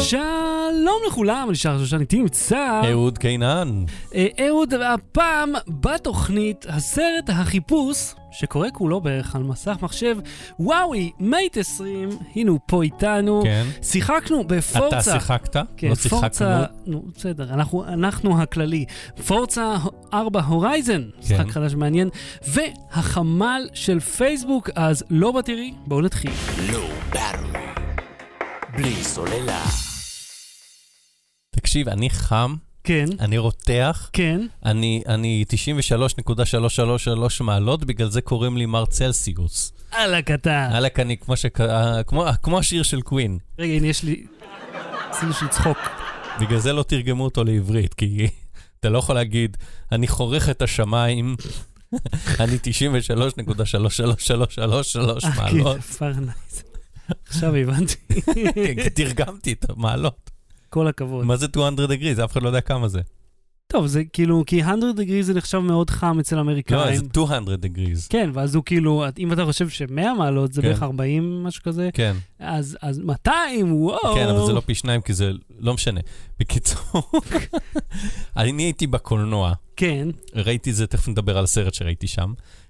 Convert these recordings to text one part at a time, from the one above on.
שלום לכולם, אני שחר שושן, איתי נמצא אהוד קינן. אהוד, הפעם בתוכנית הסרט החיפוש שקורא כולו בערך על מסך מחשב וואוי מייט 20, הנה הוא פה איתנו. כן. שיחקנו בפורצה. אתה שיחקת? כן, לא שיחקנו. פורצה, נו, בסדר, אנחנו הכללי. פורצה 4 הורייזן, משחק חדש מעניין, והחמ"ל של פייסבוק, אז לא בתראי, בואו נתחיל. לא ברור. בלי סוללה. תקשיב, אני חם, כן. אני רותח, כן. אני 93.333 מעלות, בגלל זה קוראים לי מר צלסיוס. אלק אתה. אלק אני כמו השיר של קווין. רגע, הנה יש לי... עשינו של צחוק. בגלל זה לא תרגמו אותו לעברית, כי אתה לא יכול להגיד, אני חורך את השמיים, אני 93.33333 מעלות. פרנייז. עכשיו הבנתי. תרגמתי את המעלות. כל הכבוד. מה זה 200 degrees? אף אחד לא יודע כמה זה. טוב, זה כאילו, כי 100 degrees זה נחשב מאוד חם אצל אמריקאים. לא, זה 200 degrees. כן, ואז הוא כאילו, אם אתה חושב ש100 מעלות זה בערך 40, משהו כזה, כן. אז 200, וואו. כן, אבל זה לא פי שניים, כי זה לא משנה. בקיצור, אני הייתי בקולנוע. כן. ראיתי זה, תכף נדבר על הסרט שראיתי שם.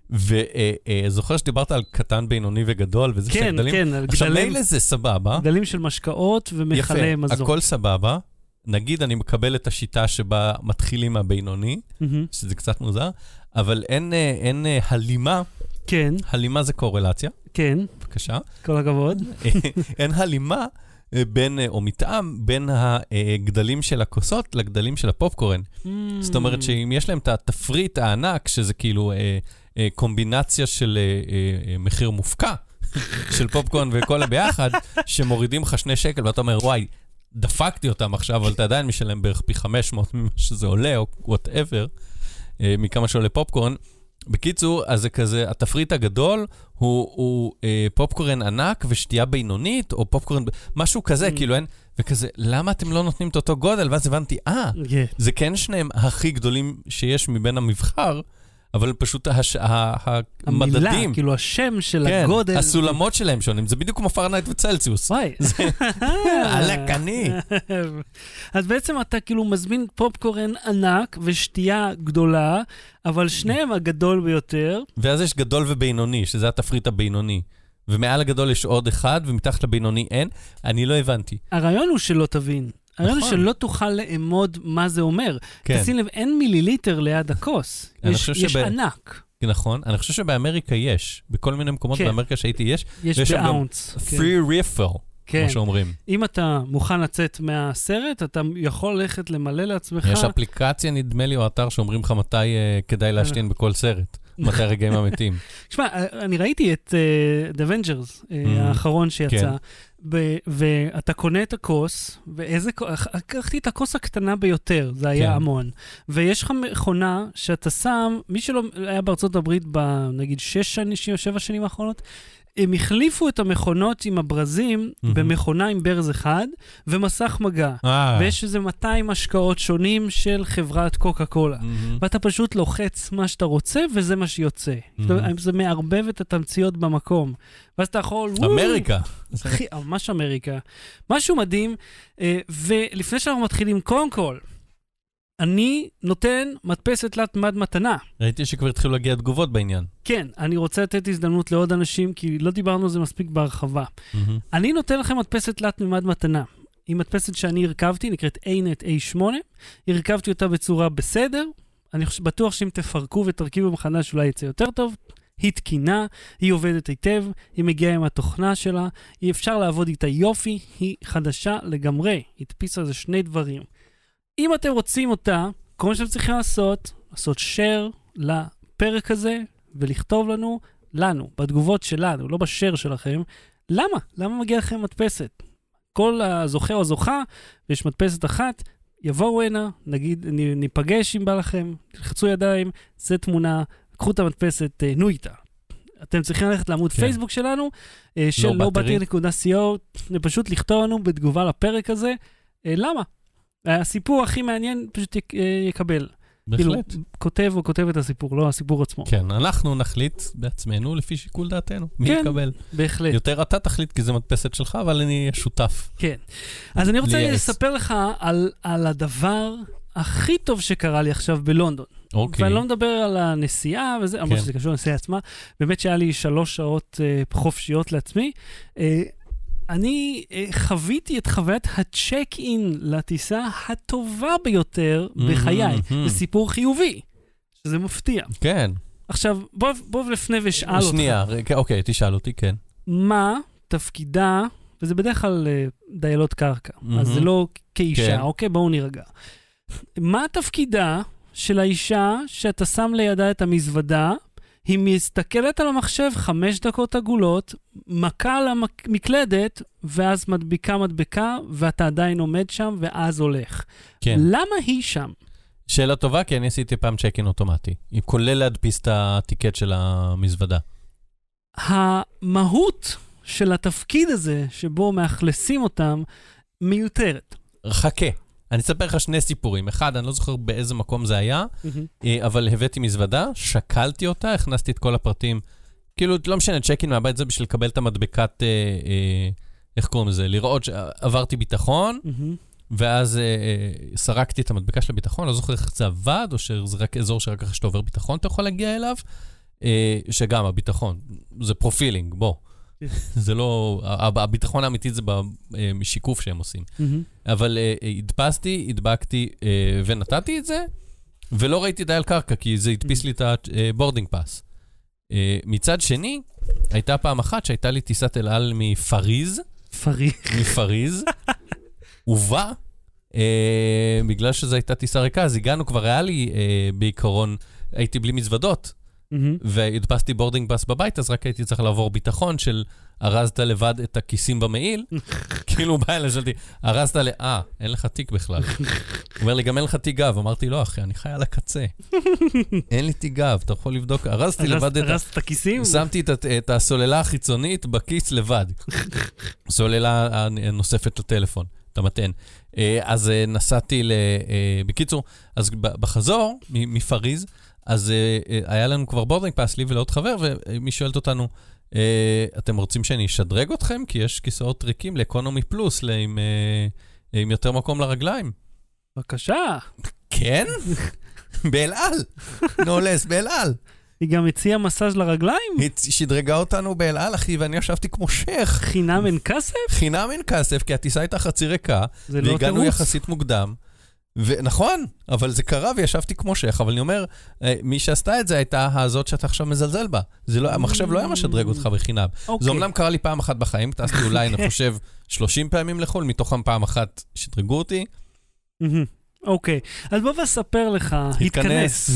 וזוכר שדיברת על קטן, בינוני וגדול, וזה שהגדלים... כן, כן. עכשיו, מילא זה סבבה. גדלים של משקאות ומחלי מזון. יפה, הכל סבבה. נגיד, אני מקבל את השיטה שבה מתחילים מהבינוני, שזה קצת מוזר, אבל אין הלימה. כן. הלימה זה קורלציה. כן. בבקשה. כל הכבוד. אין הלימה בין, או מתאם, בין הגדלים של הכוסות לגדלים של הפופקורן. זאת אומרת שאם יש להם את התפריט הענק, שזה כאילו קומבינציה של מחיר מופקע, של פופקורן וכל הביחד, שמורידים לך 2 שקל, ואתה אומר, וואי, דפקתי אותם עכשיו, אבל אתה עדיין משלם בערך פי 500 ממה שזה עולה, או whatever, מכמה שעולה פופקורן. בקיצור, אז זה כזה, התפריט הגדול הוא פופקורן ענק ושתייה בינונית, או פופקורן, משהו כזה, כאילו אין, וכזה, למה אתם לא נותנים את אותו גודל? ואז הבנתי, זה כן שניהם הכי גדולים שיש מבין המבחר, אבל פשוט המדדים. המילה, כאילו השם של הגודל. כן, הסולמות שלהם שונים, זה בדיוק כמו פרנייט וצלסיוס. וואי. עלק אני. אז בעצם אתה כאילו מזמין פופקורן ענק ושתייה גדולה, אבל שניהם הגדול ביותר. ואז יש גדול ובינוני, שזה התפריט הבינוני. ומעל הגדול יש עוד אחד, ומתחת לבינוני אין. אני לא הבנתי. הרעיון הוא שלא תבין. הרעיון הוא שלא תוכל לאמוד מה זה אומר. תשים לב, אין מיליליטר ליד הכוס. יש ענק. נכון. אני חושב שבאמריקה יש. בכל מיני מקומות באמריקה שהייתי יש. יש באונץ. free refill, כמו שאומרים. אם אתה מוכן לצאת מהסרט, אתה יכול ללכת למלא לעצמך. יש אפליקציה, נדמה לי, או אתר שאומרים לך מתי כדאי להשתין בכל סרט. מתי הרגעים אמיתיים. תשמע, אני ראיתי את The Avengers, האחרון שיצא, ואתה קונה את הכוס, לקחתי את הכוס הקטנה ביותר, זה היה המון, ויש לך מכונה שאתה שם, מי שלא היה בארצות הברית נגיד 7 שנים האחרונות, הם החליפו את המכונות עם הברזים במכונה עם ברז אחד ומסך מגע. ויש איזה 200 השקעות שונים של חברת קוקה קולה. ואתה פשוט לוחץ מה שאתה רוצה וזה מה שיוצא. זה מערבב את התמציות במקום. ואז אתה יכול... אמריקה. ממש אמריקה. משהו מדהים. ולפני שאנחנו מתחילים, קודם כל, אני נותן מדפסת תלת מימד מתנה. ראיתי שכבר התחילו להגיע תגובות בעניין. כן, אני רוצה לתת הזדמנות לעוד אנשים, כי לא דיברנו על זה מספיק בהרחבה. אני נותן לכם מדפסת תלת מימד מתנה. היא מדפסת שאני הרכבתי, נקראת A-Net A8. הרכבתי אותה בצורה בסדר. אני בטוח שאם תפרקו ותרכיבו מחדש, אולי יצא יותר טוב. היא תקינה, היא עובדת היטב, היא מגיעה עם התוכנה שלה, היא אפשר לעבוד איתה יופי, היא חדשה לגמרי. הדפיסה זה 2 דברים. אם אתם רוצים אותה, כל מה שאתם צריכים לעשות share לפרק הזה, ולכתוב לנו, בתגובות שלנו, לא בשare שלכם, למה? למה מגיע לכם מדפסת? כל הזוכה או זוכה, ויש מדפסת אחת, יבואו הנה, נגיד, ניפגש אם בא לכם, תלחצו ידיים, זה תמונה, קחו את המדפסת, תהנו איתה. אתם צריכים ללכת לעמוד פייסבוק שלנו, של lowbattery.co, ופשוט לכתוב לנו בתגובה לפרק הזה, למה? הסיפור הכי מעניין פשוט יקבל. בהחלט. כאילו, כותב או כותב את הסיפור, לא הסיפור עצמו. כן, אנחנו נחליט בעצמנו לפי שיקול דעתנו. מי כן, יקבל? בהחלט. יותר אתה תחליט, כי זה מדפסת שלך, אבל אני שותף. כן. אז אני רוצה לייעץ. לספר לך על הדבר הכי טוב שקרה לי עכשיו בלונדון. אוקיי. ואני לא מדבר על הנסיעה וזה, למרות שזה קשור לנסיעה עצמה. באמת שהיה לי 3 שעות חופשיות לעצמי. אני חוויתי את חוויית הצ'ק-אין לטיסה הטובה ביותר בחיי. זה סיפור חיובי, שזה מפתיע. כן. עכשיו, בוא לפני ושאל אותך. שנייה, אוקיי, תשאל אותי, כן. מה תפקידה, וזה בדרך כלל דיילות קרקע, אז זה לא כאישה, אוקיי? בואו נרגע. מה תפקידה של האישה שאתה שם לידה את המזוודה, היא מסתכלת על המחשב 5 דקות עגולות, מכה על המקלדת, ואז מדבקה, ואתה עדיין עומד שם, ואז הולך. כן. למה היא שם? שאלה טובה, כי אני עשיתי פעם צ'ק-אין אוטומטי. היא כולל להדפיס את הטיקט של המזוודה. המהות של התפקיד הזה, שבו מאכלסים אותם, מיותרת. חכה. אני אספר לך 2 סיפורים. אחד, אני לא זוכר באיזה מקום זה היה, אבל הבאתי מזוודה, שקלתי אותה, הכנסתי את כל הפרטים. כאילו, לא משנה, צ'ק-אין מהבית זה בשביל לקבל את המדבקת, איך קוראים לזה? לראות שעברתי ביטחון, ואז סרקתי את המדבקה של הביטחון, לא זוכר איך זה עבד, או שזה רק אזור שרק אחרי שאתה עובר ביטחון, אתה יכול להגיע אליו, שגם הביטחון, זה פרופילינג, בוא. זה לא, הביטחון האמיתי זה בשיקוף שהם עושים. אבל הדפסתי, הדבקתי ונתתי את זה, ולא ראיתי דייל קרקע, כי זה הדפיס לי את הבורדינג פאס. מצד שני, הייתה פעם אחת שהייתה לי טיסת אל על מפריז, ובא, בגלל שזו הייתה טיסה ריקה, אז הגענו, כבר היה לי בעיקרון, הייתי בלי מזוודות, והדפסתי בורדינג פאס בבית, אז רק הייתי צריך לעבור ביטחון של ארזת לבד את הכיסים במעיל, כאילו בא אלה שלתי, ארזת אין לך תיק בכלל. הוא אומר לי, גם אין לך תיק גב. אמרתי, לא אחי, אני חי על הקצה. אין לי תיק גב, אתה יכול לבדוק. ארזתי לבד את הכיסים? שמתי את הסוללה החיצונית בכיס לבד. סוללה נוספת לטלפון, אתה מתן. אז נסעתי בקיצור, אז בחזור מפריז, אז היה לנו כבר בורדינג פאס לי ולעוד חבר, ומי שואלת אותנו, אתם רוצים שאני אשדרג אתכם? כי יש כיסאות ריקים לאקונומי פלוס, עם יותר מקום לרגליים. בבקשה. כן? באלעל. נולס, באלעל. היא גם הציעה מסאז' לרגליים? היא שדרגה אותנו באלעל, אחי, ואני ישבתי כמו שייך. חינם אין כסף? חינם אין כסף, כי הטיסה הייתה חצי ריקה, והגענו יחסית מוקדם. נכון, אבל זה קרה וישבתי כמו שייך, אבל אני אומר, מי שעשתה את זה הייתה הזאת שאתה עכשיו מזלזל בה. המחשב לא היה משדרג אותך בחינם. זה אומנם קרה לי פעם אחת בחיים, טסתי אולי, אני חושב, 30 פעמים לחול, מתוכם פעם אחת שדרגו אותי. אוקיי, אז בוא וספר לך, התכנס.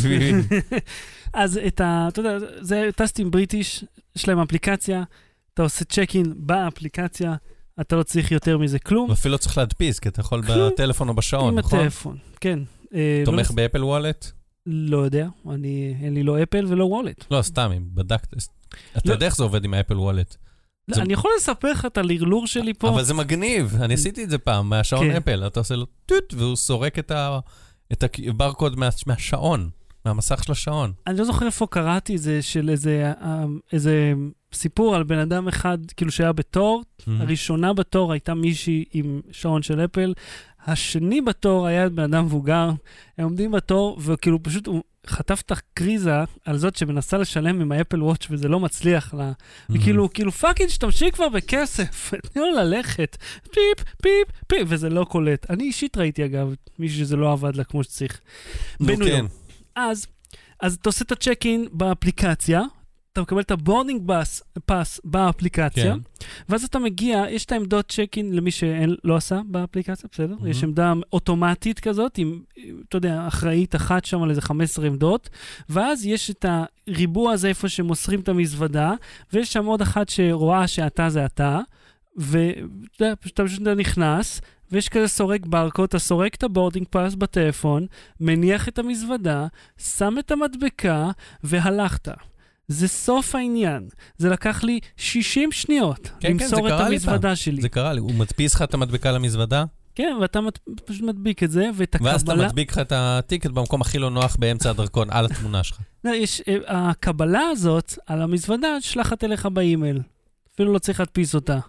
אז אתה יודע, זה טסטים בריטיש, יש להם אפליקציה, אתה עושה צ'ק-אין באפליקציה, אתה לא צריך יותר מזה כלום. ואפילו לא צריך להדפיס, כי אתה יכול בטלפון או בשעון, נכון? עם הטלפון, כן. תומך באפל וולט? לא יודע, אין לי לא אפל ולא וולט. לא, סתם, אם בדקת. אתה יודע איך זה עובד עם האפל וולט? אני יכול לספר לך את הלרלור שלי פה. אבל זה מגניב, אני עשיתי את זה פעם, מהשעון אפל, אתה עושה לו טוט, והוא סורק את הברקוד מהשעון, מהמסך של השעון. אני לא זוכר איפה קראתי את זה, של איזה סיפור על בן אדם אחד, כאילו שהיה בתור, הראשונה בתור הייתה מישהי עם שעון של אפל, השני בתור היה בן אדם מבוגר, הם עומדים בתור, וכאילו פשוט הוא חטף את הקריזה על זאת שמנסה לשלם עם האפל וואץ' וזה לא מצליח לה, וכאילו פאקינג שתמשיך כבר בכסף, תני לו ללכת, פיפ, פיפ, פיפ, וזה לא קולט. אני אישית ראיתי אגב, מישהו שזה לא עבד לה כמו שצריך. בניו יורק. אז אתה עושה את הצ'ק-אין באפליקציה, אתה מקבל את הבורדינג פאס באפליקציה, ואז אתה מגיע, יש את העמדות צ'ק-אין למי שלא עשה באפליקציה, בסדר? יש עמדה אוטומטית כזאת, עם, אתה יודע, אחראית אחת שם על איזה 15 עמדות, ואז יש את הריבוע הזה איפה שמוסרים את המזוודה, ויש שם עוד אחת שרואה שאתה זה אתה, ואתה פשוט נכנס, ויש כזה סורק ברקוד, אתה סורק את הבורדינג פאס בטלפון, מניח את המזוודה, שם את המדבקה, והלכת. זה סוף העניין. זה לקח לי 60 שניות למסור את המזוודה שלי. זה קרה לי. הוא מדפיס לך את המדבקה למזוודה? כן, ואתה פשוט מדביק את זה, ואת הקבלה... ואז אתה מדביק לך את הטיקט במקום הכי לא נוח באמצע הדרכון, על התמונה שלך. הקבלה הזאת, על המזוודה, שלחת אליך באימייל. אפילו לא צריך להדפיס אותה.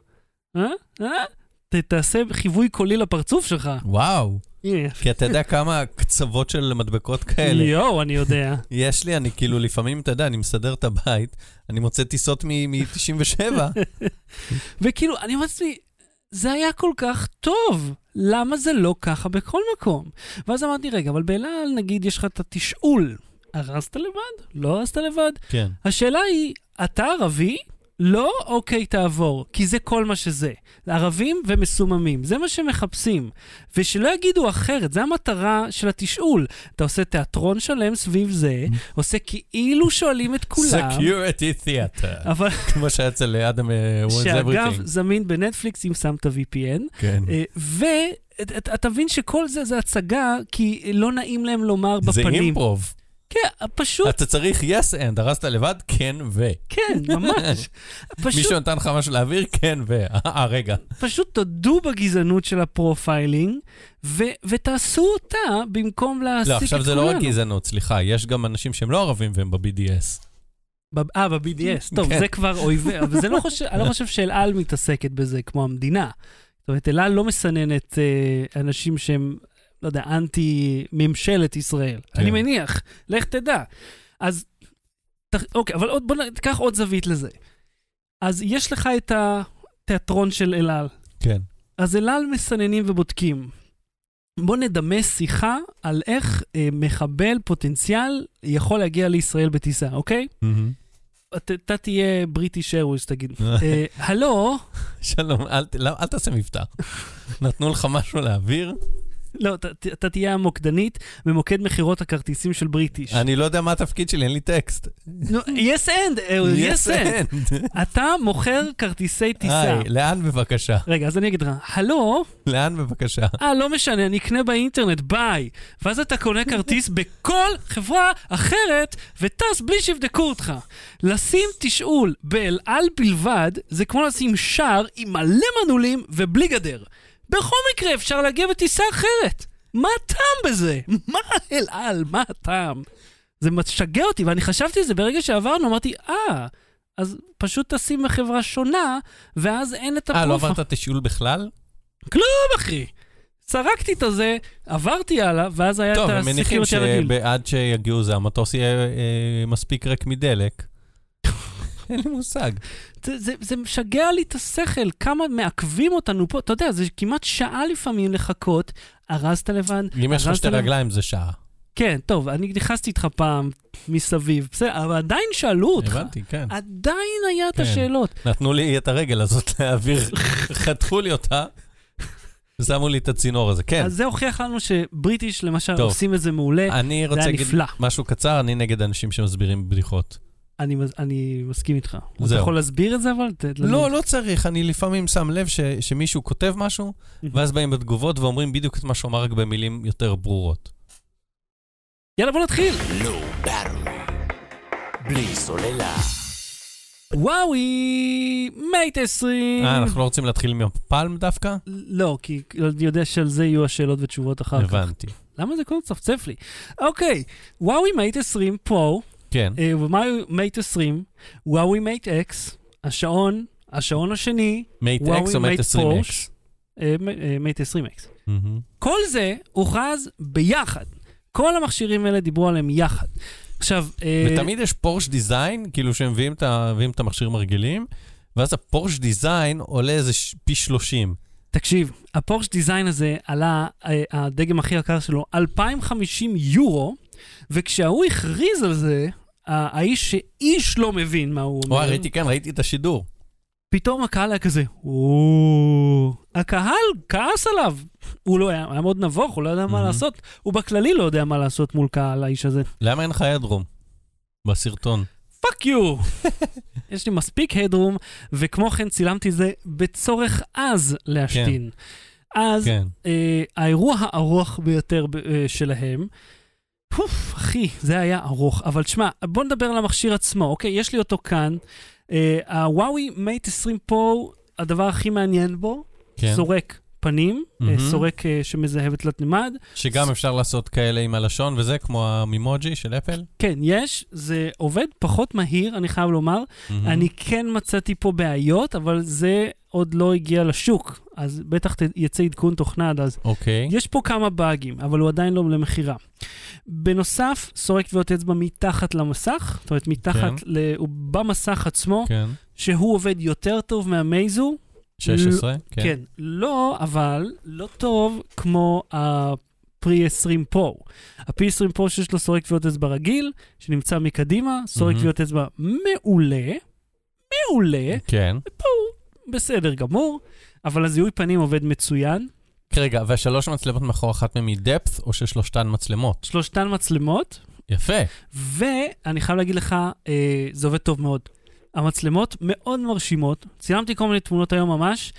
תעשה חיווי קולי לפרצוף שלך. וואו. כי אתה יודע כמה קצוות של מדבקות כאלה. יואו, אני יודע. יש לי, אני כאילו לפעמים, אתה יודע, אני מסדר את הבית, אני מוצא טיסות מ-97. וכאילו, אני אומר לעצמי, זה היה כל כך טוב. למה זה לא ככה בכל מקום? ואז אמרתי, רגע, אבל באל על, נגיד, יש לך את התשאול. הרסת לבד? לא הרסת לבד? כן. השאלה היא, אתה ערבי? לא? אוקיי, תעבור. כי זה כל מה שזה. ערבים ומסוממים. זה מה שמחפשים. ושלא יגידו אחרת, זה המטרה של התשאול. אתה עושה תיאטרון שלם סביב זה, עושה כאילו שואלים את כולם. Security Theater. אבל... כמו שהיה אצל אדם וורנס שאגב, זמין בנטפליקס אם שמת VPN. כן. ואתה מבין שכל זה זה הצגה, כי לא נעים להם לומר בפנים. זה אימפרוב. כן, פשוט... אתה צריך yes and, הרסת לבד, כן ו. כן, ממש. מישהו נתן לך משהו להעביר, כן ו. רגע. פשוט תודו בגזענות של הפרופיילינג, ותעשו אותה במקום להעסיק את כולנו. לא, עכשיו זה לא רק גזענות, סליחה, יש גם אנשים שהם לא ערבים והם ב-BDS. ב-BDS, טוב, זה כבר אויבי, אבל אני לא חושב שאל על מתעסקת בזה כמו המדינה. זאת אומרת, אל על לא מסננת אנשים שהם... לא יודע, אנטי ממשלת ישראל. כן. אני מניח, לך תדע. אז, אוקיי, אבל בוא ניקח עוד זווית לזה. אז יש לך את התיאטרון של אל על. כן. אז אל על מסננים ובודקים. בוא נדמה שיחה על איך מחבל פוטנציאל יכול להגיע לישראל בטיסה, אוקיי? אתה תהיה בריטיש איירווייז, תגיד. הלו? שלום, אל תעשה מבטא. נתנו לך משהו להעביר? לא, אתה תהיה המוקדנית במוקד מחירות הכרטיסים של בריטיש. אני לא יודע מה התפקיד שלי, אין לי טקסט. yes and, yes and. אתה מוכר כרטיסי טיסה. היי, לאן בבקשה? רגע, אז אני אגיד לך, הלו? לאן בבקשה? לא משנה, אני אקנה באינטרנט, ביי. ואז אתה קונה כרטיס בכל חברה אחרת, וטס בלי שיבדקו אותך. לשים תשאול באל על בלבד, זה כמו לשים שער עם מלא מנעולים ובלי גדר. בכל מקרה אפשר להגיע בטיסה אחרת. מה הטעם בזה? מה אל על? מה הטעם? זה משגע אותי, ואני חשבתי על זה ברגע שעברנו, אמרתי, אז פשוט תשים בחברה שונה, ואז אין את הפרופה. לא עברת תשאול בכלל? כלום, אחי. סרקתי את זה, עברתי הלאה, ואז היה את הסיכיות הרגיל. טוב, הם מניחים שעד שיגיעו זה, המטוס יהיה מספיק ריק מדלק. אין לי מושג. זה משגע לי את השכל, כמה מעכבים אותנו פה, אתה יודע, זה כמעט שעה לפעמים לחכות, הרסת לבן. אם יש לך שתי רגליים זה שעה. כן, טוב, אני נכנסתי איתך פעם מסביב, בסדר, אבל עדיין שאלו אותך. הבנתי, כן. עדיין היה את השאלות. נתנו לי את הרגל הזאת להעביר, חתכו לי אותה, ושמו לי את הצינור הזה, כן. אז זה הוכיח לנו שבריטיש למשל עושים את זה מעולה, זה היה נפלא. אני רוצה להגיד משהו קצר, אני נגד אנשים שמסבירים בדיחות. אני מסכים איתך. אתה יכול להסביר את זה אבל? לא צריך. אני לפעמים שם לב שמישהו כותב משהו, ואז באים בתגובות ואומרים בדיוק את מה שהוא אמר רק במילים יותר ברורות. יאללה, בוא נתחיל. Low Battery. בלי סוללה. וואוי, מייט 20. אנחנו לא רוצים להתחיל מהפלם דווקא? לא, כי אני יודע שעל זה יהיו השאלות ותשובות אחר כך. הבנתי. למה זה כל כך צפצף לי? אוקיי, וואוי, מייט 20 פה. כן. ומה מייט 20? וואוי מייט אקס, השעון השני, מייט אקס או מייט 20 אקס? מייט 20 אקס. כל זה הוכרז ביחד. כל המכשירים האלה דיברו עליהם יחד. עכשיו... ותמיד יש פורש דיזיין, כאילו שהם מביאים את המכשירים הרגילים, ואז הפורש דיזיין עולה איזה פי 30. תקשיב, הפורש דיזיין הזה עלה, הדגם הכי יקר שלו, 2,050 יורו, וכשהוא הכריז על זה, האיש שאיש לא מבין מה הוא אומר. ראיתי את השידור. פתאום הקהל היה כזה, הקהל כעס עליו. הוא לא היה מאוד נבוך, הוא לא יודע מה לעשות. הוא בכללי לא יודע מה לעשות מול קהל האיש הזה. למה אין לך הדרום בסרטון? פאק יו! יש לי מספיק הדרום, וכמו כן צילמתי זה בצורך אז להשתין. אז האירוע הארוך ביותר שלהם, אחי, זה היה ארוך. אבל תשמע, בוא נדבר על המכשיר עצמו, אוקיי? יש לי אותו כאן. הוואוי מייט 20 פה, הדבר הכי מעניין בו, זורק. פנים, סורק שמזהה בתלת מימד. שגם אפשר לעשות כאלה עם הלשון וזה, כמו המימוג'י של אפל? כן, יש. זה עובד פחות מהיר, אני חייב לומר. אני כן מצאתי פה בעיות, אבל זה עוד לא הגיע לשוק. אז בטח יצא עדכון תוכנה עד אז. אוקיי. יש פה כמה באגים, אבל הוא עדיין לא למחירה. בנוסף, סורק טביעות אצבע מתחת למסך, זאת אומרת, מתחת, הוא במסך עצמו, שהוא עובד יותר טוב מהמייזו. 16, כן. כן, לא, אבל לא טוב כמו הפרי 20 פרו. הפרי 20 פרו שיש לו סורק טביעות אצבע רגיל, שנמצא מקדימה, סורק טביעות אצבע מעולה, כן. ופה הוא בסדר גמור, אבל הזיהוי פנים עובד מצוין. רגע, והשלוש מצלמות מאחור אחת מהן היא דפth, או ששלושתן מצלמות? שלושתן מצלמות. יפה. ואני חייב להגיד לך, זה עובד טוב מאוד. המצלמות מאוד מרשימות, צילמתי כל מיני תמונות היום ממש,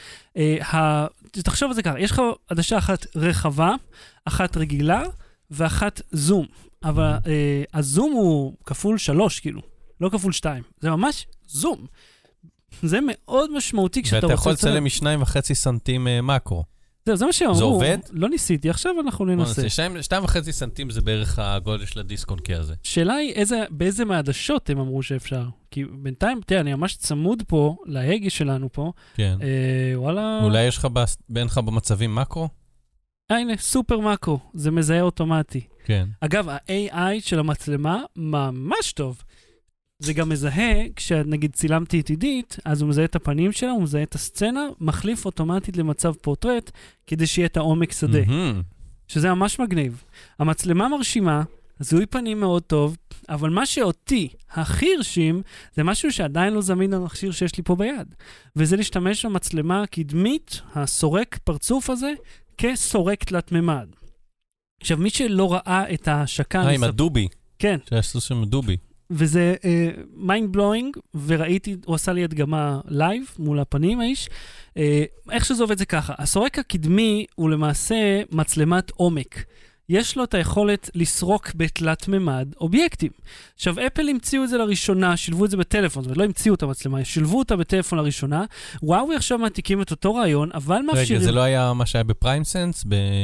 תחשוב על זה ככה, יש לך עדשה אחת רחבה, אחת רגילה, ואחת זום, אבל הזום הוא כפול 3 כאילו, לא כפול 2, זה ממש זום. זה מאוד משמעותי כשאתה ואתה רוצה... יכול לצלם מ2.5 סנטים מקרו. זה מה שאמרו. זה עובד? לא ניסיתי, עכשיו אנחנו ננסה. 2.5 סנטים זה בערך הגודל של הדיסק און קי הזה. שאלה היא באיזה מהעדשות הם אמרו שאפשר. כי בינתיים, תראה, אני ממש צמוד פה, להגה שלנו פה. כן. וואלה... אולי יש לך בינך במצבים מקרו? הנה, סופר מקרו, זה מזהה אוטומטי. כן. אגב, ה-AI של המצלמה ממש טוב. זה גם מזהה, כשנגיד צילמתי את עידית, אז הוא מזהה את הפנים שלה, הוא מזהה את הסצנה, מחליף אוטומטית למצב פורטרט, כדי שיהיה את העומק שדה. שזה ממש מגניב. המצלמה מרשימה, זיהוי פנים מאוד טוב, אבל מה שאותי הכי הרשים, זה משהו שעדיין לא זמין למכשיר שיש לי פה ביד. וזה להשתמש במצלמה הקדמית, הסורק פרצוף הזה, כסורק תלת ממד. עכשיו, מי שלא ראה את ההשקה... עם הדובי. כן. שעשו שם דובי. וזה mind blowing, וראיתי, הוא עשה לי הדגמה לייב, מול הפנים האיש. איך שזה עובד זה ככה, הסורק הקדמי הוא למעשה מצלמת עומק. יש לו את היכולת לסרוק בתלת ממד אובייקטים. עכשיו, אפל המציאו את זה לראשונה, שילבו את זה בטלפון, זאת אומרת, לא המציאו את המצלמה, שילבו אותה בטלפון לראשונה, וואו, עכשיו מעתיקים את אותו רעיון, אבל מאפשרים... רגע, זה לא היה מה שהיה בפריים סנס,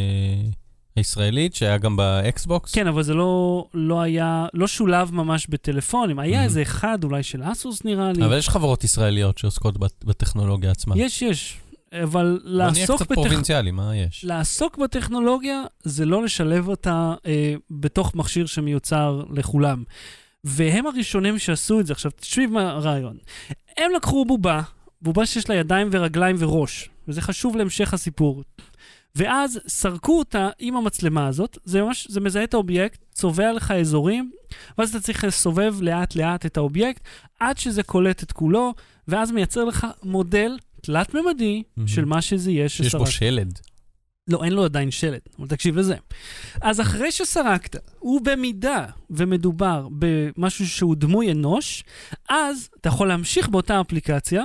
הישראלית, שהיה גם באקסבוקס? כן, אבל זה לא היה, לא שולב ממש בטלפונים. היה איזה אחד אולי של אסוס נראה לי. אבל יש חברות ישראליות שעוסקות בטכנולוגיה עצמה. יש. אבל לעסוק קצת פרובינציאלי, מה יש? לעסוק בטכנולוגיה זה לא לשלב אותה בתוך מכשיר שמיוצר לכולם. והם הראשונים שעשו את זה. עכשיו, תשביב מה הרעיון. הם לקחו בובה שיש לה ידיים ורגליים וראש. וזה חשוב להמשך הסיפור. ואז סרקו אותה עם המצלמה הזאת, זה מזהה את האובייקט, צובע לך אזורים, ואז אתה צריך לסובב לאט לאט את האובייקט, עד שזה קולט את כולו, ואז מייצר לך מודל תלת-ממדי של מה שזה יש שסרקת. יש בו שלד. לא, אין לו עדיין שלד, אבל תקשיב לזה. אז אחרי שסרקת, ובמידה ומדובר במשהו שהוא דמוי אנוש, אז אתה יכול להמשיך באותה אפליקציה,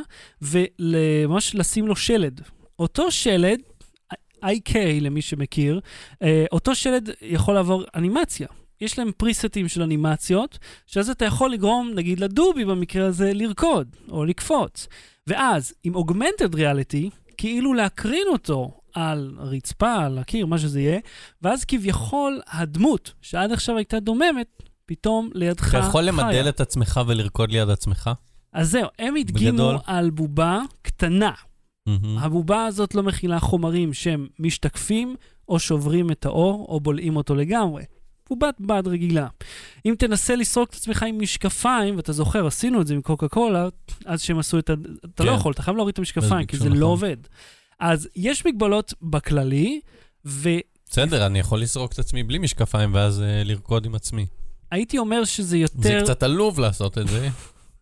וממש לשים לו שלד. אותו שלד, IK למי שמכיר, אותו שלד יכול לעבור אנימציה. יש להם פריסטים של אנימציות, שאז אתה יכול לגרום, נגיד לדובי במקרה הזה, לרקוד או לקפוץ. ואז, עם Augmented Reality, כאילו להקרין אותו על רצפה, על הקיר, מה שזה יהיה, ואז כביכול הדמות, שעד עכשיו הייתה דוממת, פתאום לידך חיה. אתה יכול למדל את עצמך ולרקוד ליד עצמך? אז זהו, הם הדגימו על בובה קטנה. הבובה הזאת לא מכילה חומרים שהם משתקפים, או שוברים את האור, או בולעים אותו לגמרי. בובת בד רגילה. אם תנסה לסרוק את עצמך עם משקפיים, ואתה זוכר, עשינו את זה עם קוקה קולה, אז שהם עשו את אתה לא יכול, אתה חייב להוריד את המשקפיים, כי זה לא עובד. אז יש מגבלות בכללי, בסדר, אני יכול לסרוק את עצמי בלי משקפיים, ואז לרקוד עם עצמי. הייתי אומר שזה יותר... זה קצת עלוב לעשות את זה.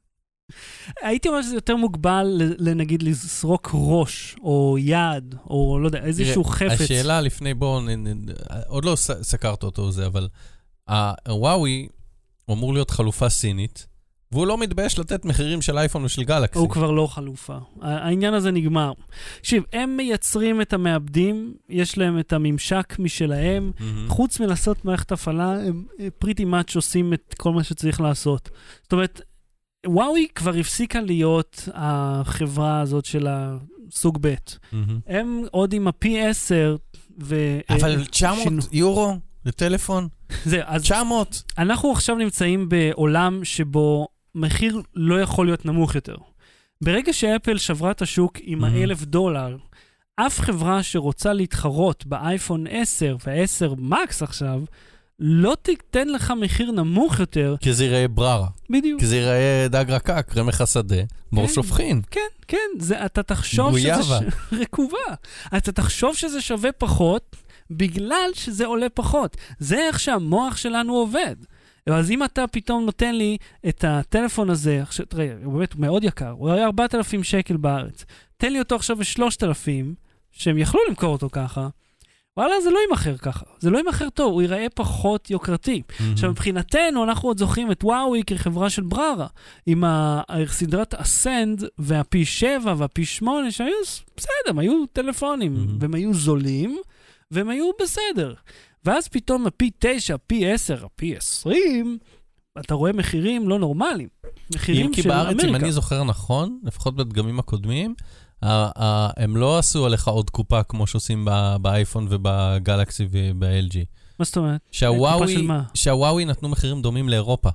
הייתי אומר שזה יותר מוגבל, נגיד, לסרוק ראש, או יד, או לא יודע, איזשהו חפץ. השאלה לפני, עוד לא סקרת אותו זה, אבל הוואוי אמור להיות חלופה סינית, והוא לא מתבייש לתת מחירים של אייפון ושל גלקסי. הוא כבר לא חלופה. העניין הזה נגמר. תקשיב, הם מייצרים את המעבדים, יש להם את הממשק משלהם, חוץ מלעשות מערכת הפעלה, הם פריטי מאץ' עושים את כל מה שצריך לעשות. זאת אומרת, וואוי כבר הפסיקה להיות החברה הזאת של סוג ב'. הם עוד עם ה-P10 אבל 900 יורו לטלפון? זה, אז 900? אנחנו עכשיו נמצאים בעולם שבו מחיר לא יכול להיות נמוך יותר. ברגע שאפל שברה את השוק עם $1,000, אף חברה שרוצה להתחרות באייפון 10 וה-10 מקס עכשיו, לא תיתן לך מחיר נמוך יותר. כי זה ייראה בררה. בדיוק. כי זה ייראה דג רקק, רמח השדה, בור שופכין. כן, אתה תחשוב שזה רקובה. אתה תחשוב שזה שווה פחות, בגלל שזה עולה פחות. זה איך שהמוח שלנו עובד. אז אם אתה פתאום נותן לי את הטלפון הזה, תראה, הוא באמת מאוד יקר, הוא היה 4,000 שקל בארץ. תן לי אותו עכשיו ב3,000, שהם יכלו למכור אותו ככה, וואלה, זה לא יימחר ככה. זה לא יימחר טוב, הוא ייראה פחות יוקרתי. עכשיו, מבחינתנו, אנחנו עוד זוכרים את וואוי כחברה של בררה, עם הסדרת אסנד וה-P7 וה-P8, שהיו בסדר, היו טלפונים, והם היו זולים, והם היו בסדר. ואז פתאום ה-P9, ה-P10, ה-P20, אתה רואה מחירים לא נורמליים. מחירים של אמריקה. אם כי בארץ, אם אני זוכר נכון, לפחות בדגמים הקודמים, הם לא עשו עליך עוד קופה כמו שעושים באייפון ובגלקסי וב-LG. מה זאת אומרת? שהוואוי נתנו מחירים דומים לאירופה.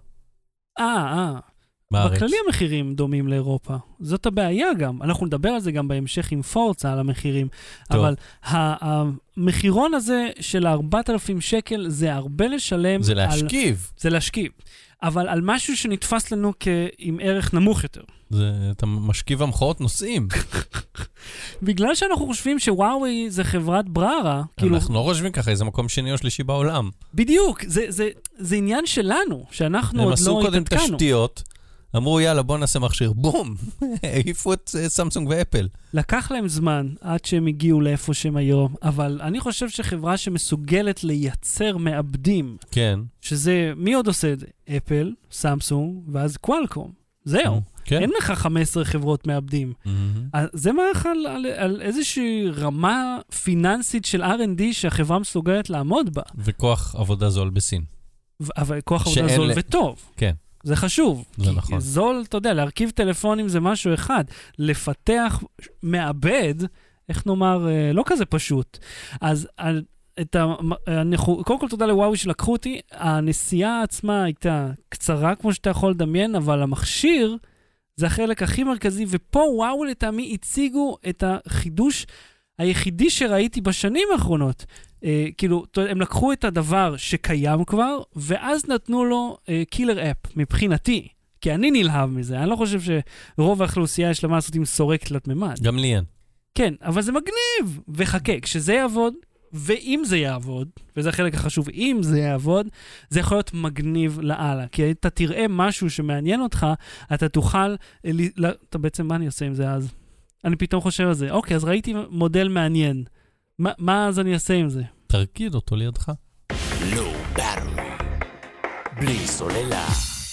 בכללי המחירים דומים לאירופה. זאת הבעיה גם. אנחנו נדבר על זה גם בהמשך עם פורצה, על המחירים. אבל המחירון הזה של 4,000 שקל, זה הרבה לשלם. זה להשכיב. זה להשכיב. אבל על משהו שנתפס לנו עם ערך נמוך יותר. אתה משכיב המחאות נוסעים. בגלל שאנחנו חושבים שוואוי זה חברת בררה. אנחנו לא חושבים ככה, זה מקום שני או שלישי בעולם. בדיוק, זה עניין שלנו, שאנחנו עוד לא התעדכנו. הם עשו קודם תשתיות, אמרו יאללה בוא נעשה מכשיר, בום, העיפו את סמסונג ואפל. לקח להם זמן עד שהם הגיעו לאיפה שהם היום, אבל אני חושב שחברה שמסוגלת לייצר מעבדים, כן. שזה, מי עוד עושה את זה? אפל, סמסונג, ואז קוואלקום. זהו. כן. אין לך 15 חברות מעבדים. זה מראה על איזושהי רמה פיננסית של R&D שהחברה מסוגלת לעמוד בה. וכוח עבודה זול בסין. אבל כוח עבודה זול וטוב. כן. זה חשוב. זה נכון. זול, אתה יודע, להרכיב טלפונים זה משהו אחד. לפתח מעבד, איך נאמר, לא כזה פשוט. אז קודם כל תודה לוואוי שלקחו אותי. הנסיעה עצמה הייתה קצרה, כמו שאתה יכול לדמיין, אבל המכשיר זה החלק הכי מרכזי, ופה וואו לטעמי הציגו את החידוש היחידי שראיתי בשנים האחרונות. כאילו, הם לקחו את הדבר שקיים כבר, ואז נתנו לו קילר אפ, מבחינתי. כי אני נלהב מזה, אני לא חושב שרוב האוכלוסייה יש לה מה לעשות עם סורק תלת ממד. גם לי אין. כן, אבל זה מגניב, וחכה, כשזה יעבוד, ואם זה יעבוד, וזה החלק החשוב, אם זה יעבוד, זה יכול להיות מגניב לאללה, כי אתה תראה משהו שמעניין אותך, אתה תוכל, אתה בעצם מה אני עושה עם זה אז? אני פתאום חושב על זה, אוקיי, אז ראיתי מודל מעניין, מה אז אני אעשה עם זה? תרקיד אותו לידך. לא ברור, בלי סוללה.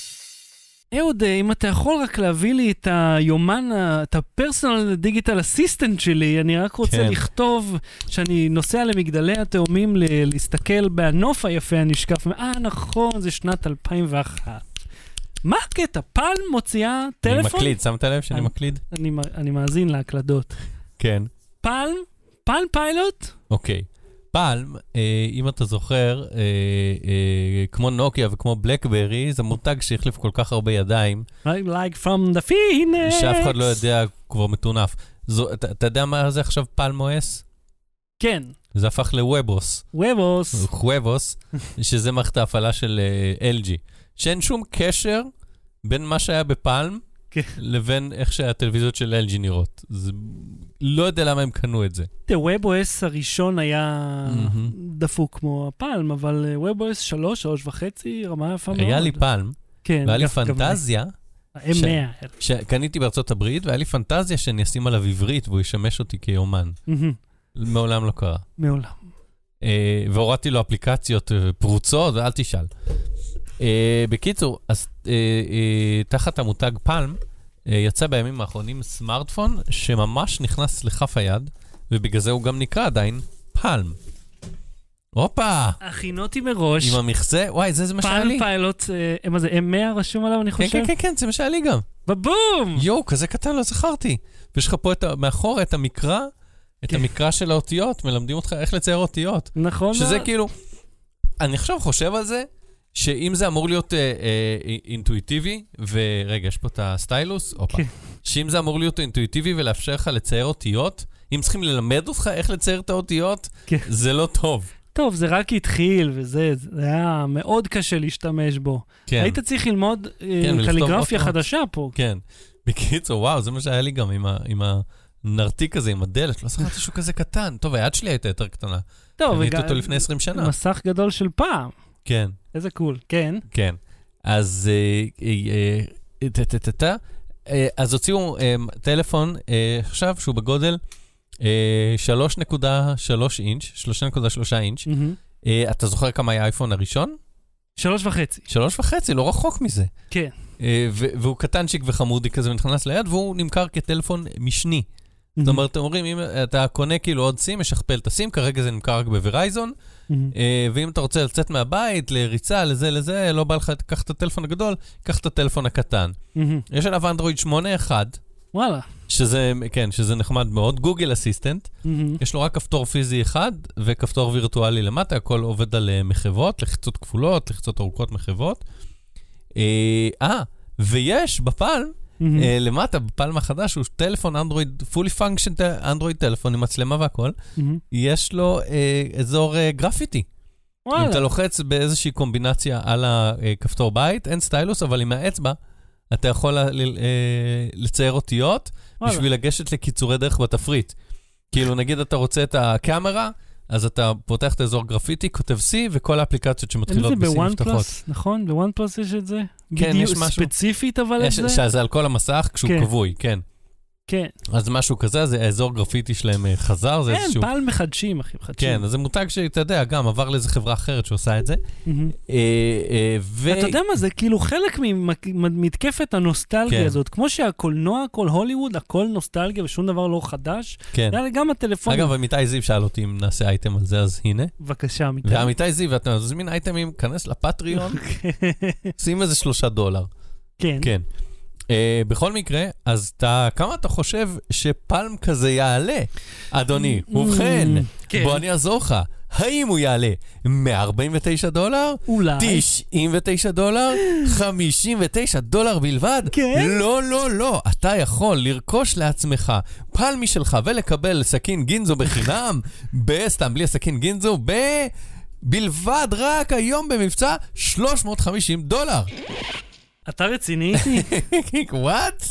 אהוד, אם אתה יכול רק להביא לי את היומן, את הפרסונל דיגיטל אסיסטנט שלי, אני רק רוצה לכתוב שאני נוסע למגדלי התאומים להסתכל בנוף היפה הנשקף. נכון, זה שנת 2001. מה הקטע? פלם מוציאה טלפון? אני מקליד, שמת לב שאני מקליד? אני מאזין להקלדות. כן. פלם פיילוט? אוקיי. פלם, אם אתה זוכר, כמו נוקיה וכמו בלקברי, זה מותג שהחליף כל כך הרבה ידיים. Like from the Phoenix. שאף אחד לא יודע, כבר מטונף. אתה יודע מה זה עכשיו פלם OS? כן. זה הפך לוובוס. וובוס, שזה מערכת ההפעלה של LG. שאין שום קשר בין מה שהיה בפלם, לבין איך שהטלוויזיות של LG נראות. לא יודע למה הם קנו את זה. WebOS הראשון היה דפוק כמו הפלם, אבל WebOS 3, 3.5, רמה יפה מאוד. היה לי פלם, והיה לי פנטזיה, שקניתי בארצות הברית, והיה לי פנטזיה שאני אשים עליו עברית, והוא ישמש אותי כיומן. מעולם לא קרה. מעולם. והורדתי לו אפליקציות פרוצות, ואל תשאל. בקיצור, אז תחת המותג פלם, יצא בימים האחרונים סמארטפון שממש נכנס לכף היד, ובגלל זה הוא גם נקרא עדיין פלם. הופה! הכינותי מראש. עם המכסה, וואי, זה מה שהיה לי. פלם פיילוט, מה זה, M100 רשום עליו, אני חושב? כן, כן, כן, זה מה שהיה לי גם. בבום! יואו, כזה קטן לא זכרתי. ויש לך פה מאחור את המקרא, את המקרא של האותיות, מלמדים אותך איך לצייר אותיות. נכון. שזה כאילו, אני עכשיו חושב על זה, שאם זה אמור להיות אינטואיטיבי, ורגע, יש פה את הסטיילוס, שאם זה אמור להיות אינטואיטיבי ולאפשר לך לצייר אותיות, אם צריכים ללמד אותך איך לצייר את האותיות, זה לא טוב. טוב, זה רק התחיל, וזה היה מאוד קשה להשתמש בו. כן. היית צריך ללמוד קליגרפיה חדשה פה. כן. בקיצור, וואו, זה מה שהיה לי גם עם הנרתיק הזה, עם הדלת. לא זכרתי שהוא כזה קטן. טוב, היד שלי הייתה יותר קטנה. טוב, קניתי אותו לפני 20 שנה. מסך גדול של פעם. כן. איזה קול. כן. כן. אז הוציאו טלפון עכשיו שהוא בגודל 3.3 אינץ', 3.3 אינץ'. אתה זוכר כמה היה האייפון הראשון? 3.5. 3.5, לא רחוק מזה. כן. והוא קטנצ'יק וחמודי כזה ונכנס ליד, והוא נמכר כטלפון משני. זאת אומרת, אומרים, אם אתה קונה כאילו עוד סים, משכפל את הסים, כרגע זה נמכר רק בוורייזון, ואם אתה רוצה לצאת מהבית, לריצה, לזה, לא בא לך לקח את הטלפון הגדול, קח את הטלפון הקטן. יש עליו אנדרואיד 8.1, וואלה. שזה נחמד מאוד, גוגל אסיסטנט, יש לו רק כפתור פיזי אחד, וכפתור וירטואלי למטה, הכל עובד על מחוות, לחיצות כפולות, לחיצות ארוכות מחוות. ויש בפלם, למטה, בפלם החדש, הוא טלפון אנדרואיד, fully function אנדרואיד טלפון, עם מצלמה והכל, יש לו אזור גרפיטי. אם אתה לוחץ באיזושהי קומבינציה על הכפתור בית, אין סטיילוס, אבל עם האצבע, אתה יכול לצייר אותיות, בשביל לגשת לקיצורי דרך בתפריט. כאילו, נגיד אתה רוצה את הקאמרה, אז אתה פותח את האזור גרפיטי, כותב C, וכל האפליקציות שמתחילות ב-C נפתחות. נכון? בוואן פלוס יש את זה? כן, יש משהו. ספציפית אבל את זה? שזה על כל המסך כשהוא כבוי, כן. כן. אז משהו כזה, זה האזור גרפיטי שלהם חזר, זה איזשהו... כן, פעל מחדשים, אחי, מחדשים. כן, אז זה מותג שאתה יודע, גם עבר לאיזו חברה אחרת שעושה את זה. אתה יודע מה, זה כאילו חלק ממתקפת הנוסטלגיה הזאת, כמו שהקולנוע, כל הוליווד, הכל נוסטלגיה ושום דבר לא חדש. כן. גם הטלפון... אגב, עמיתי זיו שאל אותי אם נעשה אייטם על זה, אז הנה. בבקשה, עמיתי. ועמיתי זיו, אתה מזמין אייטמים, כנס לפטריון, שים איזה $3. כן. כן. בכל מקרה, אז כמה אתה חושב שפלם כזה יעלה, אדוני? ובכן, בוא אני אעזור לך. האם הוא יעלה $149? אולי. $99? $59 בלבד? כן. לא. אתה יכול לרכוש לעצמך פלמי שלך ולקבל סכין גינזו בחינם, סתם בלי הסכין גינזו, בלבד רק היום במבצע $350. אתה רציני איתי? וואט?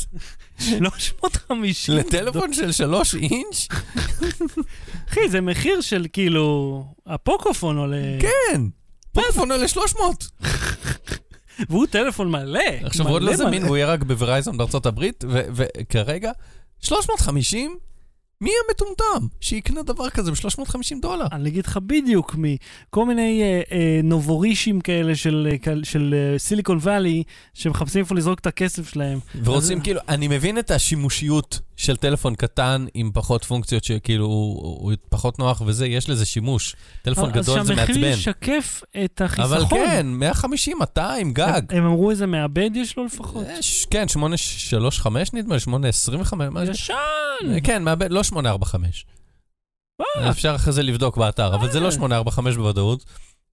350. לטלפון של 3 אינץ'? אחי, זה מחיר של כאילו, הפוקופון עולה... כן, פוקופון עולה 300. והוא טלפון מלא. עכשיו עוד לא זמין, והוא יהיה רק בוורייזון בארצות הברית, וכרגע, 350? מי המטומטם שיקנה דבר כזה $350? אני אגיד לך בדיוק כל מיני נובורישים כאלה של סיליקון ואלי, שמחפשים איפה לזרוק את הכסף שלהם. ורוצים כאילו, אני מבין את השימושיות של טלפון קטן עם פחות פונקציות שכאילו הוא פחות נוח וזה, יש לזה שימוש. טלפון גדול זה מעצבן. אז שהמחיר ישקף את החיסכון. אבל כן, 150, 200, גג. הם אמרו איזה מעבד יש לו לפחות? כן, 835 נדמה, 825. ישן! כן, מעבד, לא 845. אפשר אחרי זה לבדוק באתר, אבל זה לא 845 בוודאות.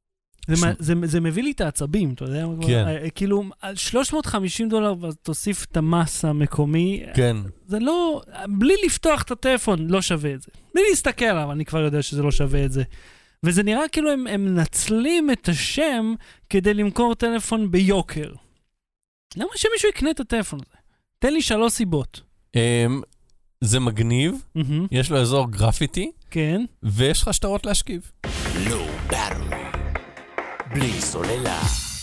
זה מביא לי את העצבים, אתה יודע? כאילו, $350 תוסיף את המס המקומי. כן. זה לא, בלי לפתוח את הטלפון, לא שווה את זה. בלי להסתכל עליו, אני כבר יודע שזה לא שווה את זה. וזה נראה כאילו הם מנצלים את השם כדי למכור טלפון ביוקר. למה שמישהו יקנה את הטלפון הזה? תן לי 3 סיבות. זה מגניב, יש לו אזור גרפיטי, כן. ויש לך שטרות להשכיב. לא ברור. בלי סוללה.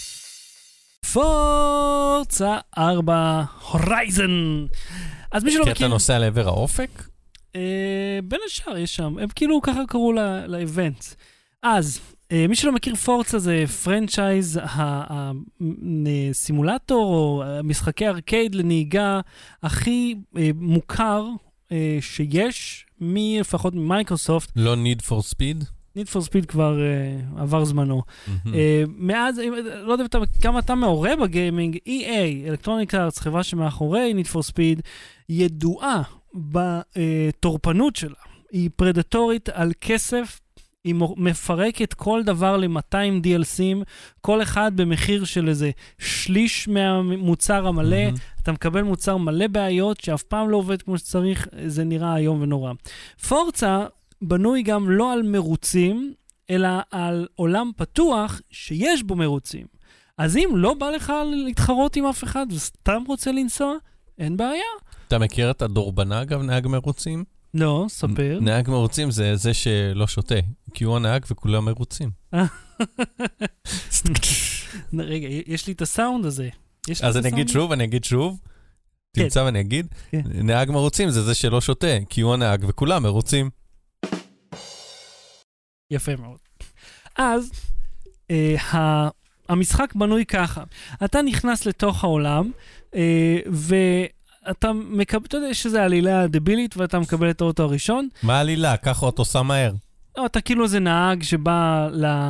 פורצה 4 הורייזן. אז מי שלא מכיר... כי אתה נוסע לעבר האופק? בין השאר יש שם. הם כאילו ככה קראו לאיבנט. אז, מי שלא מכיר פורצה זה פרנצ'ייז הסימולטור או משחקי ארקייד לנהיגה הכי מוכר שיש, לפחות ממייקרוסופט. לא Need for Speed? Need for Speed כבר עבר זמנו. מאז, לא יודע כמה אתה מעורה בגיימינג, EA, Electronic Arts, חברה שמאחורי Need for Speed, ידועה בתורפנות שלה. היא פרדטורית על כסף, היא מפרקת כל דבר ל-200 DLCים, כל אחד במחיר של איזה שליש מהמוצר המלא, אתה מקבל מוצר מלא בעיות, שאף פעם לא עובד כמו שצריך, זה נראה היום ונורא. פורצה בנוי גם לא על מרוצים, אלא על עולם פתוח שיש בו מרוצים. אז אם לא בא לך להתחרות עם אף אחד, וסתם רוצה לנסוע, אין בעיה. אתה מכיר את הדורבנה, אגב, נהג מרוצים? לא, ספר. נהג מרוצים זה שלא שותה, כי הוא הנהג וכולם מרוצים. רגע, יש לי את הסאונד הזה. אז אני אגיד שוב. תמצא ואני אגיד. נהג מרוצים זה שלא שותה, כי הוא הנהג וכולם מרוצים. יפה מאוד. אז המשחק בנוי ככה. אתה נכנס לתוך העולם, אתה מקבל, אתה יודע שזה עלילה דבילית, ואתה מקבל את האוטו הראשון. מה עלילה? ככה אוטו סע מהר. אתה כאילו איזה נהג שבא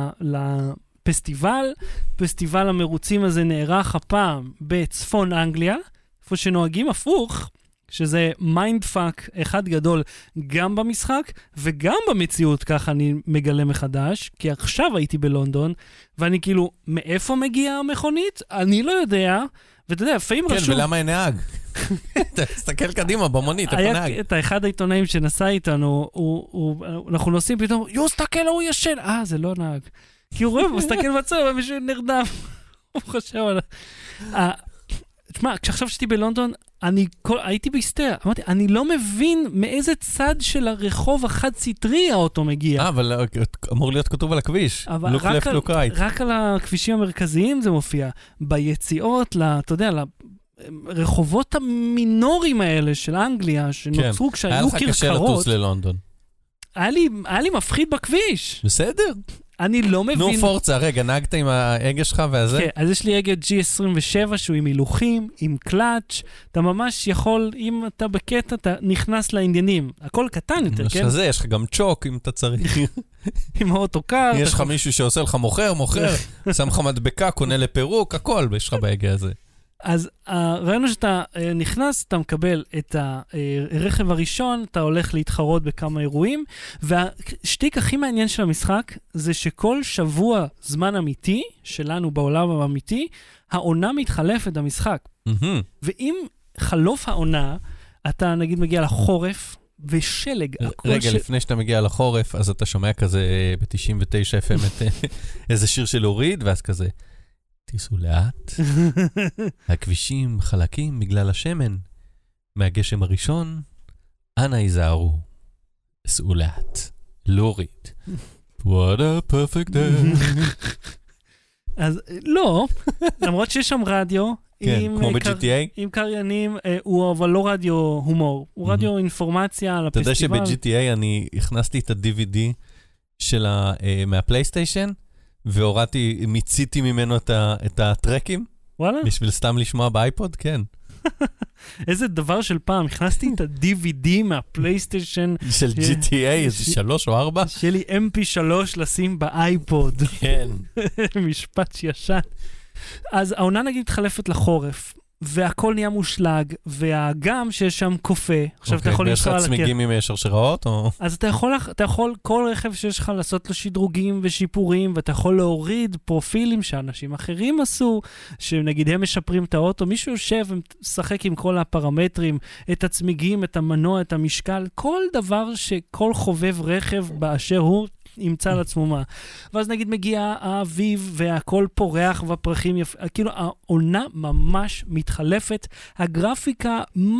לפסטיבל, פסטיבל המרוצים הזה נערך הפעם בצפון אנגליה, איפה שנוהגים הפוך, שזה מיינדפאק אחד גדול גם במשחק וגם במציאות, ככה אני מגלה מחדש, כי עכשיו הייתי בלונדון, ואני כאילו, מאיפה מגיעה המכונית? אני לא יודע, ואתה יודע, לפעמים רשום... כן, ולמה אין נהג? תסתכל קדימה במונית, איפה נהג? היה את אחד העיתונאים שנסע איתנו, אנחנו נוסעים פתאום, סתכל, הוא ישן. זה לא נהג. כי הוא רואה, הוא מסתכל בצד, ומישהו נרדם. הוא חושב עליו. תשמע, כשעכשיו שהייתי בלונדון, הייתי בהיסטריה. אמרתי, אני לא מבין מאיזה צד של הרחוב החד-סטרי האוטו מגיע. אבל אמור להיות כתוב על הכביש. look left, look right. רק על הכבישים המרכזיים זה מופיע. ביציאות, אתה יודע, לרחובות המינוריים האלה של אנגליה, שנוצרו כשהיו כרכרות. היה לך קשה לטוס ללונדון. היה לי מפחיד בכביש. בסדר. אני לא מבין... נו פורצה, רגע, נהגת עם ההגה שלך והזה? כן, אז יש לי הגה G27 שהוא עם הילוכים, עם קלאץ', אתה ממש יכול, אם אתה בקטע, אתה נכנס לעניינים. הכל קטן יותר, כן? יש לך גם צ'וק אם אתה צריך. עם האוטוקר. יש לך מישהו שעושה לך מוכר, שם לך מדבקה, קונה לפירוק, הכל יש לך בהגה הזה. אז ראינו שאתה נכנס, אתה מקבל את הרכב הראשון, אתה הולך להתחרות בכמה אירועים, והשתיק הכי מעניין של המשחק זה שכל שבוע זמן אמיתי, שלנו בעולם האמיתי, העונה מתחלפת המשחק. ואם חלוף העונה, אתה נגיד מגיע לחורף, ושלג. רגע, לפני שאתה מגיע לחורף, אז אתה שומע כזה ב-99 FM איזה שיר של אוריד, ואז כזה... תיסעו לאט, הכבישים חלקים בגלל השמן, מהגשם הראשון, אנא היזהרו, סעו לאט, להוריד. What a perfect day. אז לא, למרות שיש שם רדיו, כמו ב-GTA? עם קריינים, הוא אבל לא רדיו הומור, הוא רדיו אינפורמציה על הפסטיבל. אתה יודע שב-GTA אני הכנסתי את ה-DVD מהפלייסטיישן, והורדתי, מיציתי ממנו את הטרקים. וואלה? בשביל סתם לשמוע באייפוד, כן. איזה דבר של פעם, הכנסתי את ה-DVD מהפלייסטיישן. של GTA, איזה 3 או 4? שיהיה לי MP3 לשים באייפוד. כן. משפט ישן. אז העונה נגיד חלפת לחורף, והכל נהיה מושלג, והגם שיש שם קופה, עכשיו אתה יכול לנסוע על הקיר. ויש לך צמיגים עם שרשראות? אז אתה יכול, כל רכב שיש לך לעשות לו שדרוגים ושיפורים, ואתה יכול להוריד פרופילים שאנשים אחרים עשו, שנגיד הם משפרים את האוטו, מישהו יושב ומשחק עם כל הפרמטרים, את הצמיגים, את המנוע, את המשקל, כל דבר שכל חובב רכב באשר הוא, ימצא על עצמו מה. ואז נגיד מגיע האביב והכל פורח והפרחים יפה, כאילו העונה ממש מתחלפת, הגרפיקה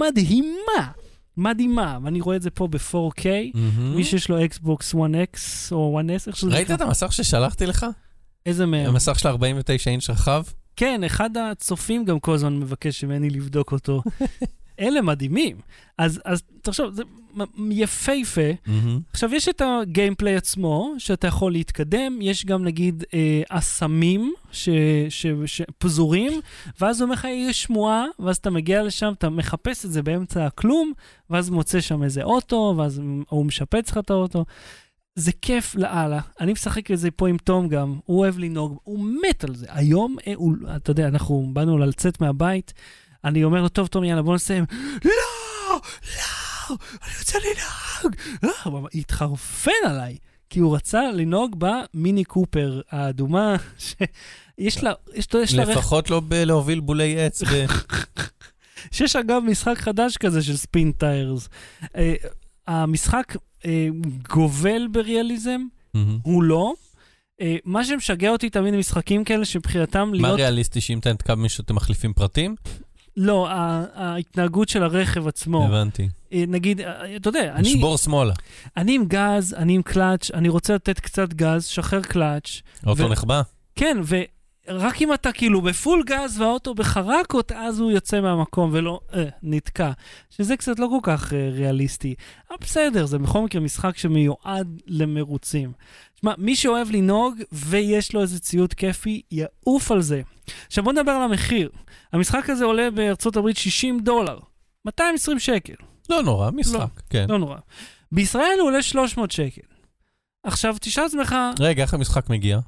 מדהימה, ואני רואה את זה פה ב-4K, מי שיש לו Xbox One X או One S, איך שזה... ראית את המסך ששלחתי לך? איזה מהם? המסך של 49 אינץ' רחב? כן, אחד הצופים גם כל הזמן מבקש ממני לבדוק אותו. אלה מדהימים. אז תחשוב, זה יפהפה. עכשיו, יש את הגיימפליי עצמו, שאתה יכול להתקדם, יש גם נגיד אסמים שפזורים, ואז אומר לך, יש שמועה, ואז אתה מגיע לשם, אתה מחפש את זה באמצע הכלום, ואז מוצא שם איזה אוטו, ואז הוא משפץ לך את האוטו. זה כיף לאללה. אני משחק את זה פה עם תום גם, הוא אוהב לנהוג, הוא מת על זה. היום, אתה יודע, אנחנו באנו לצאת מהבית, אני אומר לו, טוב, תום, יאללה, בוא נסיים. לא, אני רוצה לנהוג. הוא התחרפן עליי, כי הוא רצה לנהוג במיני קופר האדומה, שיש לה לפחות לא להוביל בולי עץ. שיש אגב משחק חדש כזה של ספין טיירס. המשחק גובל בריאליזם, הוא לא. מה שמשגע אותי תמיד משחקים כאלה שבחירתם להיות... מה ריאליסטי שאם אתה נתקע מישהו אתם מחליפים פרטים? לא, ההתנהגות של הרכב עצמו. הבנתי. נגיד, אתה יודע, לשבור שמאלה. אני עם גז, אני עם קלאץ', אני רוצה לתת קצת גז, שחרר קלאץ'. האוטו נחבא? כן, ורק אם אתה כאילו בפול גז והאוטו בחרקות, אז הוא יוצא מהמקום ולא נתקע. שזה קצת לא כל כך ריאליסטי. בסדר, זה בכל מקרה משחק שמיועד למרוצים. תשמע, מי שאוהב לנהוג ויש לו איזה ציוד כיפי, יעוף על זה. עכשיו בוא נדבר על המחיר. המשחק הזה עולה בארצות הברית $60. 220 שקל. לא נורא, משחק, כן. לא נורא. בישראל הוא עולה 300 שקל. עכשיו תשאל עצמך... רגע, איך המשחק מגיע?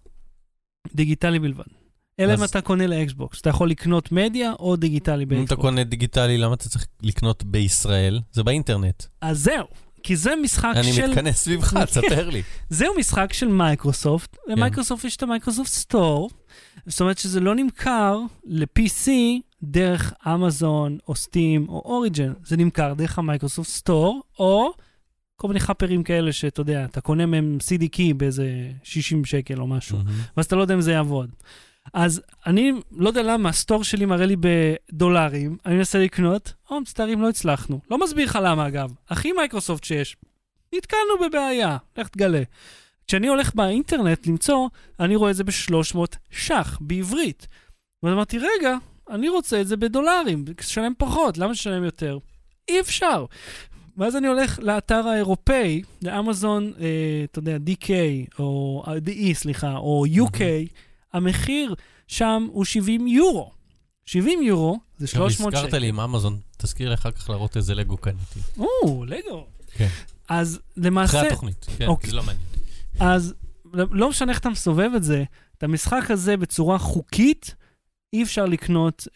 דיגיטלי בלבד. אלא אם אתה קונה לאקסבוקס. אתה יכול לקנות מדיה או דיגיטלי באקסבוקס. אם אתה קונה דיגיטלי, למה אתה צריך לקנות בישראל? זה באינטרנט. אז זהו. כי זה משחק אני של... אני מתכנס סביבך, תספר לי. זהו משחק של מייקרוסופט. למייקרוסופט יש את המייקרוסופט סטור. זאת אומרת שזה לא נמכר ל-PC דרך אמזון או סטים או אוריג'ן. זה נמכר דרך המייקרוסופט סטור, או כל מיני חפרים כאלה שאתה יודע, אתה קונה מהם CD key באיזה 60 שקל או משהו. ואז אתה לא יודע אם זה יעבוד. אז אני לא יודע למה, הסטור שלי מראה לי בדולרים, אני מנסה לקנות, מצטערים, לא הצלחנו. לא מסביר לך למה, אגב. הכי מייקרוסופט שיש. נתקלנו בבעיה, לך תגלה. כשאני הולך באינטרנט למצוא, אני רואה את זה ב-300 שח, בעברית. ואז אמרתי, רגע, אני רוצה את זה בדולרים, שלם פחות, למה שלם יותר? אי אפשר. ואז אני הולך לאתר האירופאי, לאמזון, אתה יודע, DK, או DE, סליחה, או UK, המחיר שם הוא 70 יורו. 70 יורו זה 300 שקל. הזכרת לי עם אמזון, תזכיר לי אחר כך להראות איזה לגו קניתי. לגו. כן. אז למעשה... אחרי התוכנית, כן, כי זה לא מעניין. אז לא משנה איך אתה מסובב את זה, את המשחק הזה בצורה חוקית, אי אפשר לקנות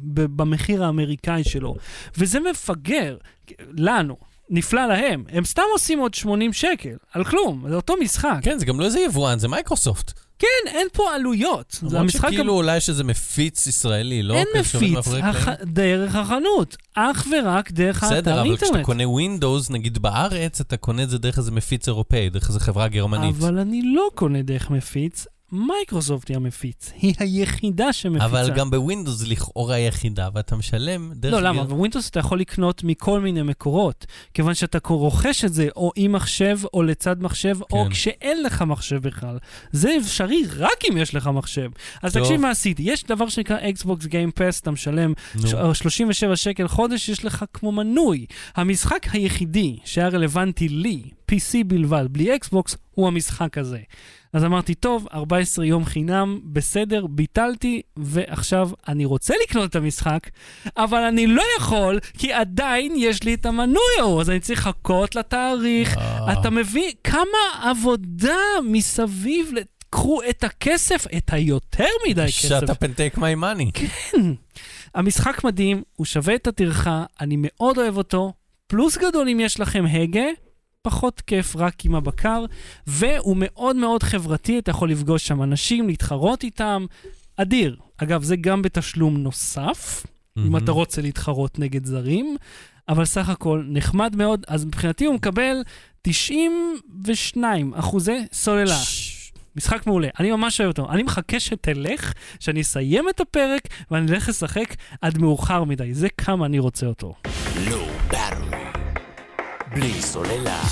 במחיר האמריקאי שלו. וזה מפגר לנו. נפלא להם. הם סתם עושים עוד 80 שקל, על כלום. זה אותו משחק. כן, זה גם לא איזה יבואן, זה מייקרוסופט. כן, אין פה עלויות. למרות שכאילו אולי שזה מפיץ ישראלי, לא? אין מפיץ, דרך החנות. אך ורק דרך האתר בסדר, אבל אינטרנט. כשאתה קונה ווינדוס, נגיד בארץ, אתה קונה את זה דרך איזה מפיץ אירופאי, דרך איזה חברה גרמנית. אבל אני לא קונה דרך מפיץ. מייקרוסופט היא המפיץ. היא היחידה שמפיצה. אבל גם בווינדוס זה לכאורה היחידה, ואתה משלם דרך... לא, למה? בווינדוס אתה יכול לקנות מכל מיני מקורות, כיוון שאתה רוכש את זה או עם מחשב או לצד מחשב, או כשאין לך מחשב בכלל. זה אפשרי רק אם יש לך מחשב. אז תקשיב מה עשיתי. יש דבר שנקרא Xbox Game Pass, אתה משלם 37 שקל חודש, יש לך כמו מנוי. המשחק היחידי שהיה רלוונטי לי, PC בלבד, בלי Xbox, הוא המשחק הזה. אז אמרתי, טוב, 14 יום חינם, בסדר, ביטלתי, ועכשיו אני רוצה לקנות את המשחק, אבל אני לא יכול, כי עדיין יש לי את המנוי, אז אני צריך לחכות לתאריך. אתה מביא כמה עבודה מסביב, קחו את הכסף, את היותר מדי כסף. Shut up and take my money. כן. המשחק מדהים, הוא שווה את הטרחה, אני מאוד אוהב אותו, פלוס גדול אם יש לכם הגה, פחות כיף רק עם הבקר, והוא מאוד מאוד חברתי, אתה יכול לפגוש שם אנשים, להתחרות איתם, אדיר. אגב, זה גם בתשלום נוסף, אם אתה רוצה להתחרות נגד זרים, אבל סך הכל נחמד מאוד, אז מבחינתי הוא מקבל 92% סוללה. משחק מעולה, אני ממש אוהב אותו. אני מחכה שתלך, שאני אסיים את הפרק, ואני אלך לשחק עד מאוחר מדי. זה כמה אני רוצה אותו. לא ברור. בלי סוללה.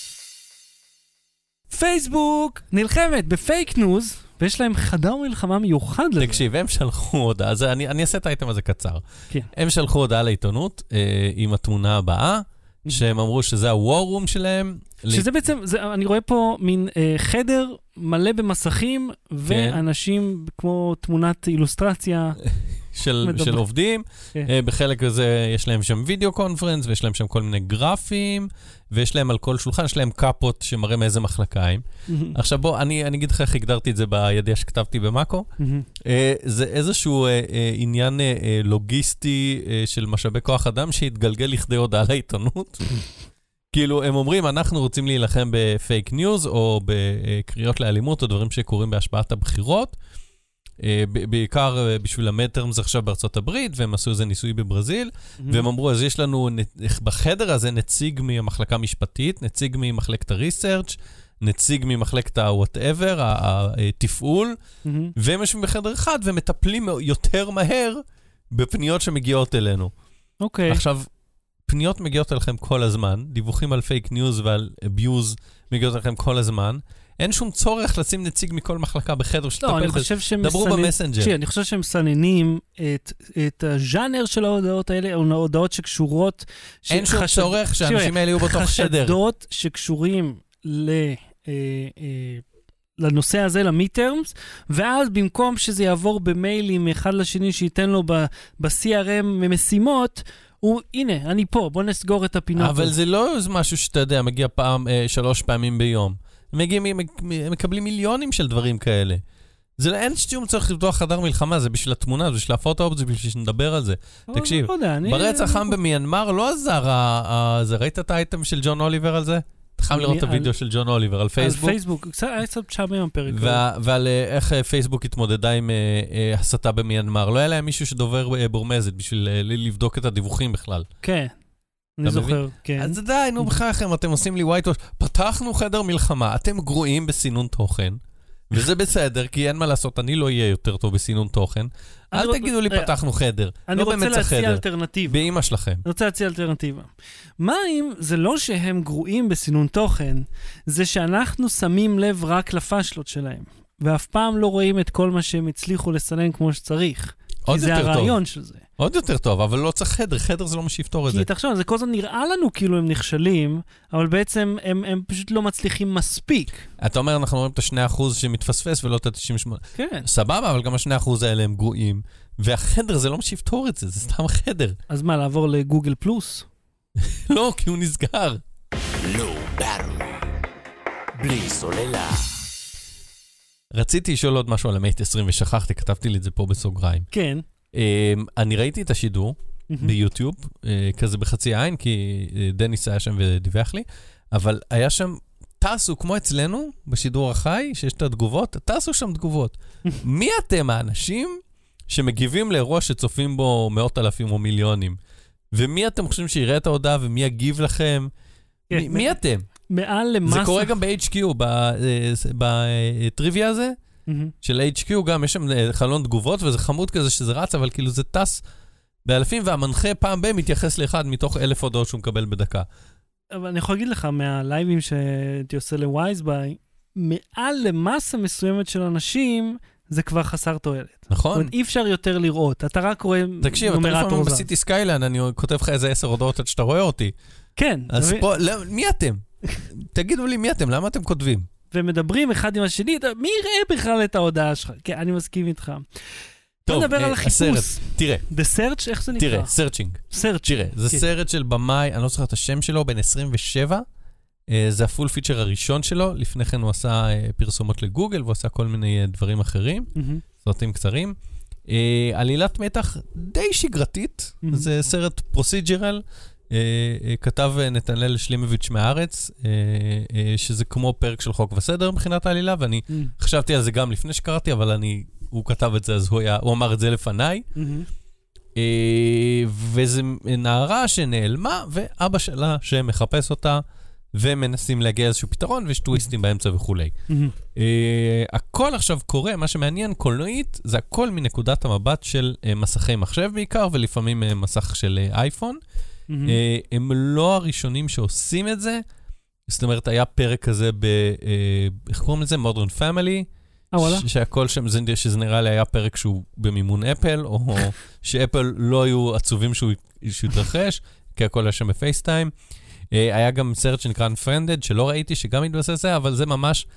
פייסבוק נלחמת בפייק ניוז, ויש להם חדר מלחמה מיוחד לזה. תקשיב, הם שלחו הודעה, אז אני אעשה את האייטם הזה קצר. כן. הם שלחו הודעה לעיתונות עם התמונה הבאה, שהם אמרו שזה הוורום שלהם. שזה בעצם, אני רואה פה מין חדר מלא במסכים, ואנשים כמו תמונת אילוסטרציה, של עובדים, בחלק הזה יש להם שם וידאו קונפרנס, ויש להם שם כל מיני גרפים, ויש להם על כל שולחן, יש להם קאפות שמראה מאיזה מחלקה הם. עכשיו בוא, אני אגיד לך איך הגדרתי את זה בידיעה שכתבתי במאקו. זה איזשהו עניין לוגיסטי של משאבי כוח אדם שהתגלגל לכדי הודעה לעיתונות. כאילו, הם אומרים, אנחנו רוצים להילחם בפייק ניוז, או בקריאות לאלימות, או דברים שקורים בהשפעת הבחירות, בעיקר בשביל המטרמס עכשיו בארצות הברית, והם עשו איזה ניסוי בברזיל, והם אמרו, אז יש לנו בחדר הזה נציג מהמחלקה המשפטית, נציג ממחלקת הריסרצ', נציג ממחלקת ה-whatever, התפעול, והם יושבים בחדר אחד, ומטפלים יותר מהר בפניות שמגיעות אלינו. אוקיי. עכשיו, פניות מגיעות אליכם כל הזמן, דיווחים על פייק ניוז ועל אביוז מגיעות אליכם כל הזמן, אין שום צורך לשים נציג מכל מחלקה בחדר שתטפל בזה. דברו במסנג'ר. אני חושב שהם סננים את הז'אנר של ההודעות האלה, או ההודעות שקשורות... אין שום צורך שהאנשים האלה יהיו בתוך חדר. חשדות שקשורים לנושא הזה, למיטרמס, ואז במקום שזה יעבור במיילים אחד לשני שייתן לו ב-CRM ממשימות, הנה, אני פה, בוא נסגור את הפינות. אבל זה לא משהו שאתה יודע, מגיע 3 פעמים ביום. הם מקבלים מיליונים של דברים כאלה. אין שום צורך לפתוח חדר מלחמה, זה בשביל התמונה, זה בשביל הפוטו-אופ, זה בשביל שנדבר על זה. תקשיב, ברצח עם במיינמר לא עזר, ראית את האייטם של ג'ון אוליבר על זה? אתה חייב לראות את הוידאו של ג'ון אוליבר על פייסבוק. על פייסבוק, היה קצת משעמם הפרק. ועל איך פייסבוק התמודדה עם הסתה במיינמר. לא היה להם מישהו שדובר בורמזת בשביל לבדוק את הדיווחים בכלל. כן, אני זוכר, כן. אז די, נו בכם, אתם עושים לי ווייט וואש. פתחנו חדר מלחמה, אתם גרועים בסינון תוכן, וזה בסדר, כי אין מה לעשות, אני לא אהיה יותר טוב בסינון תוכן. אל תגידו לי פתחנו חדר. אני רוצה להציע אלטרנטיבה. באמא שלכם. אני רוצה להציע אלטרנטיבה. מה אם זה לא שהם גרועים בסינון תוכן, זה שאנחנו שמים לב רק לפשלות שלהם, ואף פעם לא רואים את כל מה שהם הצליחו לסנן כמו שצריך. כי זה הרעיון של זה. עוד יותר טוב, אבל לא צריך חדר. חדר זה לא מה שיפתור את זה. כי תחשוב, זה כל הזמן נראה לנו כאילו הם נכשלים, אבל בעצם הם פשוט לא מצליחים מספיק. אתה אומר, אנחנו רואים את ה2% שמתפספס ולא את ה-98%. כן. סבבה, אבל גם ה2% האלה הם גרועים. והחדר זה לא מה שיפתור את זה, זה סתם חדר. אז מה, לעבור לגוגל פלוס? לא, כי הוא נסגר. לא באטרי. בלי סוללה. רציתי לשאול עוד משהו על המייט 20 ושכחתי, כתבתי לי את זה פה בסוגריים. כן. אני ראיתי את השידור ביוטיוב, כזה בחצי עין, כי דניס היה שם ודיווח לי, אבל היה שם, טסו כמו אצלנו, בשידור החי, שיש את התגובות, טסו שם תגובות. מי אתם האנשים שמגיבים לאירוע שצופים בו 100,000 או מיליונים? ומי אתם חושבים שיראה את ההודעה ומי יגיב לכם? מי אתם? מעל למסה. זה קורה גם ב-HQ, בטריוויה הזה, של HQ גם, יש שם חלון תגובות, וזה חמוד כזה שזה רץ, אבל כאילו זה טס באלפים, והמנחה פעם בי מתייחס לאחד מתוך 1,000 הודעות שהוא מקבל בדקה. אבל אני יכול להגיד לך, מהלייבים שהייתי עושה לווייזביי, מעל למסה מסוימת של אנשים, זה כבר חסר תועלת. נכון. זאת אומרת, אי אפשר יותר לראות. אתה רק רואה נומרטור זר. תקשיב, אתה לפעמים בסיטי סקיילן, אני כותב לך איזה 10 הודעות עד שאתה רואה אותי. כן. אז פה, מי אתם? תגידו לי מי אתם, למה אתם כותבים? ומדברים אחד עם השני, מי יראה בכלל את ההודעה שלך? כן, אני מסכים איתך. טוב, נדבר על החיפוש. תראה. The Search, איך זה נקרא? תראה, Searching. תראה, זה סרט של במאי, אני לא זוכר את השם שלו, בן 27. זה הפול פיצ'ר הראשון שלו. לפני כן הוא עשה פרסומות לגוגל, והוא עשה כל מיני דברים אחרים. סרטים קצרים. עלילת מתח די שגרתית. זה סרט פרוסיג'רל. כתב נתנאל שלימוביץ' מהארץ, שזה כמו פרק של חוק וסדר מבחינת העלילה, ואני חשבתי על זה גם לפני שקראתי, אבל הוא כתב את זה, אז הוא אמר את זה לפניי. וזה נערה שנעלמה, ואבא שלה שמחפש אותה, ומנסים להגיע איזשהו פתרון, ויש טוויסטים באמצע וכולי. הכל עכשיו קורה, מה שמעניין קולנועית, זה הכל מנקודת המבט של מסכי מחשב בעיקר, ולפעמים מסך של אייפון. הם לא הראשונים שעושים את זה. זאת אומרת, היה פרק כזה איך קוראים לזה? Modern Family. שהכל שם, שזה נראה לי היה פרק שהוא במימון אפל, או שאפל לא היו עצובים שהוא יתרחש, כי הכל היה שם בפייסטיים. היה גם סרט שנקרא Unfriended, שלא ראיתי, שגם התבסס זה, אבל זה ממש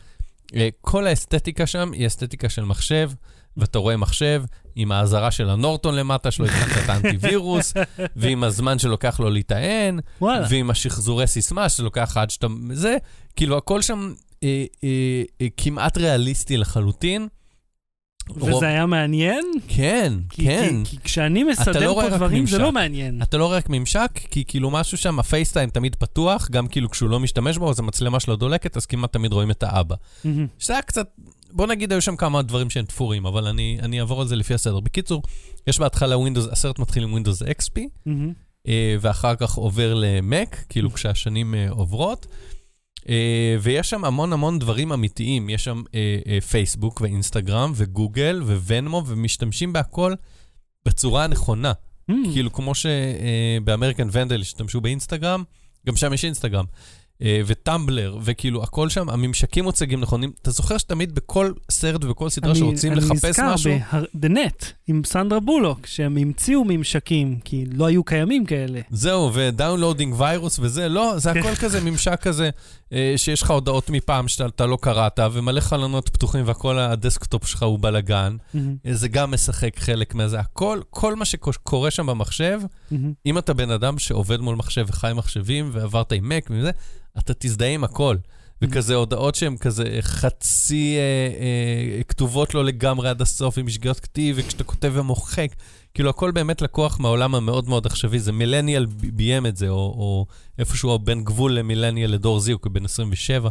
כל האסתטיקה שם היא אסתטיקה של מחשב, ואתה רואה מחשב עם ההזרה של הנורטון למטה, שלא יתחת את האנטיווירוס, ועם הזמן שלוקח לו להיטען, ועם השחזורי סיסמה שלוקח עד שאתה... זה, כאילו, הכל שם כמעט ריאליסטי לחלוטין. וזה היה מעניין? כן, כן. כי כשאני מסדר פה דברים, זה לא מעניין. אתה לא רואה רק ממשק, כי כאילו משהו שם, הפייסטיים תמיד פתוח, גם כאילו כשהוא לא משתמש בו, אז המצלמה שלו דולקת, אז כמעט תמיד רואים את האבא. שזה היה קצת, בוא נגיד, היו שם כמה דברים שהם תפורים, אבל אני אעבור על זה לפי הסדר. בקיצור, יש בהתחלה Windows, הסרט מתחיל עם Windows XP, ואחר כך עובר למק, כאילו כשהשנים עוברות, ויש שם המון המון דברים אמיתיים, יש שם פייסבוק ואינסטגרם וגוגל וונמו, ומשתמשים בהכל בצורה הנכונה. כאילו כמו שבאמריקן ונדל השתמשו באינסטגרם, גם שם יש אינסטגרם, וטמבלר, וכאילו הכל שם, הממשקים מוצגים נכונים. אתה זוכר שתמיד בכל סרט ובכל סדרה שרוצים לחפש משהו? אני נזכר בנט, עם סנדרה בולוק, שהם המציאו ממשקים, כי לא היו קיימים כאלה. זהו, ודאונלודינג ויירוס וזה, לא, זה הכל כזה ממשק כזה, שיש לך הודעות מפעם שאתה לא קראת, ומלא חלונות פתוחים, והכל הדסקטופ שלך הוא בלגן. זה גם משחק חלק מזה. כל מה שקורה שם במחשב, אם אתה בן אדם שעובד מול מחשב וחי מחשבים, ועברת עם מק וזה, אתה תזדהה עם הכל. וכזה הודעות שהן כזה חצי כתובות לא לגמרי עד הסוף, עם שגיאות כתיב, וכשאתה כותב ומוחק, כאילו הכל באמת לקוח מהעולם המאוד מאוד עכשווי, זה מילניאל ביים את זה, או איפשהו בין גבול למילניאל לדור זי, הוא כבן 27.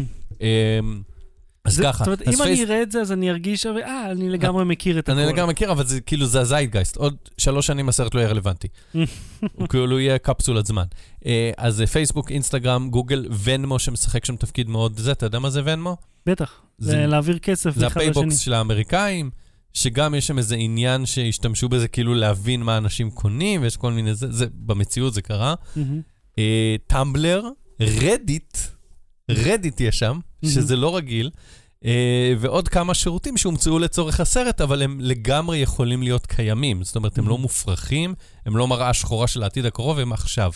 אז ככה. זאת אומרת, אם אני אראה את זה, אז אני ארגיש, אני לגמרי מכיר את הכל. אני לגמרי מכיר, אבל זה כאילו, זה הזייטגייסט. עוד 3 שנים הסרט לא יהיה רלוונטי. הוא כאילו יהיה קפסולת זמן. אז פייסבוק, אינסטגרם, גוגל, ונמו, שמשחק שם תפקיד מאוד זה, אתה יודע מה זה ונמו? בטח, זה להעביר כסף. זה הפייבוקס של האמריקאים, שגם יש שם איזה עניין שהשתמשו בזה, כאילו להבין מה אנשים קונים, ויש כל מיני זה, במציאות זה קרה. טמבלר, רדיט יש שם, שזה לא רגיל, ועוד כמה שירותים שהומצאו לצורך הסרט, אבל הם לגמרי יכולים להיות קיימים. זאת אומרת, הם לא מופרכים, הם לא מראה שחורה של העתיד הקרוב, הם עכשיו.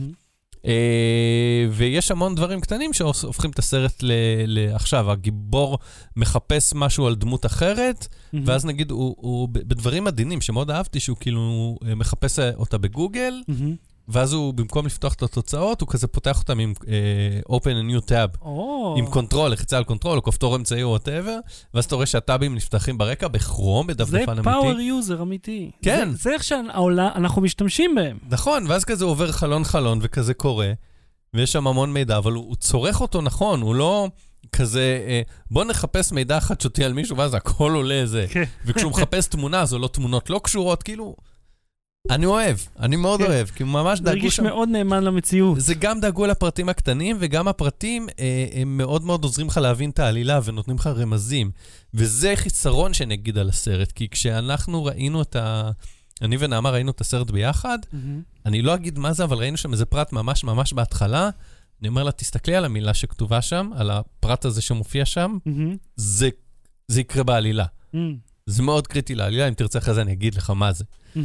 ויש המון דברים קטנים שהופכים את הסרט לעכשיו. הגיבור מחפש משהו על דמות אחרת, ואז נגיד, הוא בדברים עדינים, שמאוד אהבתי, שהוא כאילו מחפש אותה בגוגל, ואז הוא, במקום לפתוח את התוצאות, הוא כזה פותח אותם עם Open a new tab, עם קונטרול, לחיצה על קונטרול, או כפתור אמצעי או whatever, ואז אתה רואה שהטאבים נפתחים ברקע, בכרום, בדפדפן אמיתי. זה פאוור יוזר אמיתי. כן. זה איך שאנחנו משתמשים בהם. נכון, ואז כזה עובר חלון, וכזה קורה, ויש שם המון מידע, אבל הוא צורך אותו נכון, הוא לא כזה, בוא נחפש מידע חדשותי על מישהו, ואז הכל עולה איזה. וכשהוא מחפש תמונה, זו לא תמונות לא קשורות, כאילו, אני אוהב, אני מאוד אוהב, כי ממש דאגו שם... מרגיש מאוד נאמן למציאות. זה גם דאגו לפרטים הקטנים, וגם הפרטים הם מאוד מאוד עוזרים לך להבין את העלילה, ונותנים לך רמזים. וזה חיסרון שנגיד על הסרט, כי כשאנחנו ראינו אני ונעמה ראינו את הסרט ביחד, אני לא אגיד מה זה, אבל ראינו שם איזה פרט ממש ממש בהתחלה, אני אומר לה, תסתכלי על המילה שכתובה שם, על הפרט הזה שמופיע שם, זה יקרה בעלילה. זה מאוד קריטי לעלילה, אם תרצה אחרי זה אני אגיד לך מה זה.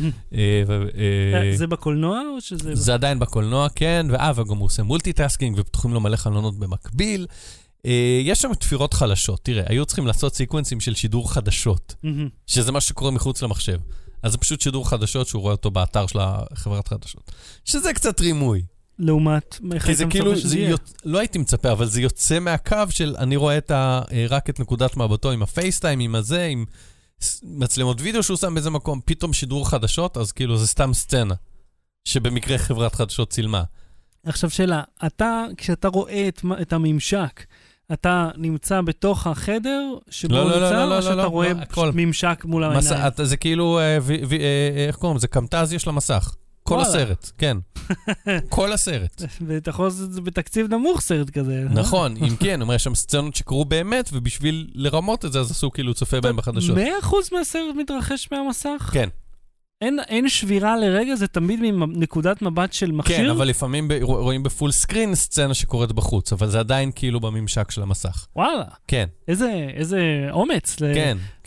זה בקולנוע או שזה... זה עדיין בקולנוע, כן, וגם הוא עושה מולטיטאסקינג ופתוחים לו מלא חלונות במקביל. יש שם תפירות חלשות, תראה, היו צריכים לעשות סיקוונסים של שידור חדשות, שזה מה שקורה מחוץ למחשב. אז זה פשוט שידור חדשות שהוא רואה אותו באתר של החברת חדשות. שזה קצת רימוי. לעומת... כי זה כאילו, לא הייתי מצפה, אבל זה יוצא מהקו של אני רואה רק את נקודת מבטו עם הפייסטיים, עם הזה, עם מצלמות וידאו שהוא שם באיזה מקום, פתאום שידור חדשות, אז כאילו זה סתם סצנה, שבמקרה חברת חדשות צילמה. עכשיו שאלה, כשאתה רואה את הממשק, אתה נמצא בתוך החדר שבו הוא נמצא, או שאתה רואה ממשק מול העיניים? זה כאילו, איך קוראים? זה קמטזיה של המסך. כל הסרט, כן. כל הסרט. ואתה יכול לעשות את זה בתקציב נמוך סרט כזה. נכון, אם כן, אומר, יש שם סצנות שקרו באמת, ובשביל לרמות את זה, אז עשו כאילו צופה בהם בחדשות. 100% מהסרט מתרחש מהמסך? כן. אין שבירה לרגע, זה תמיד מנקודת מבט של מכשיר? כן, אבל לפעמים רואים בפול סקרין סצנה שקורית בחוץ, אבל זה עדיין כאילו בממשק של המסך. וואלה. כן. איזה אומץ. כן,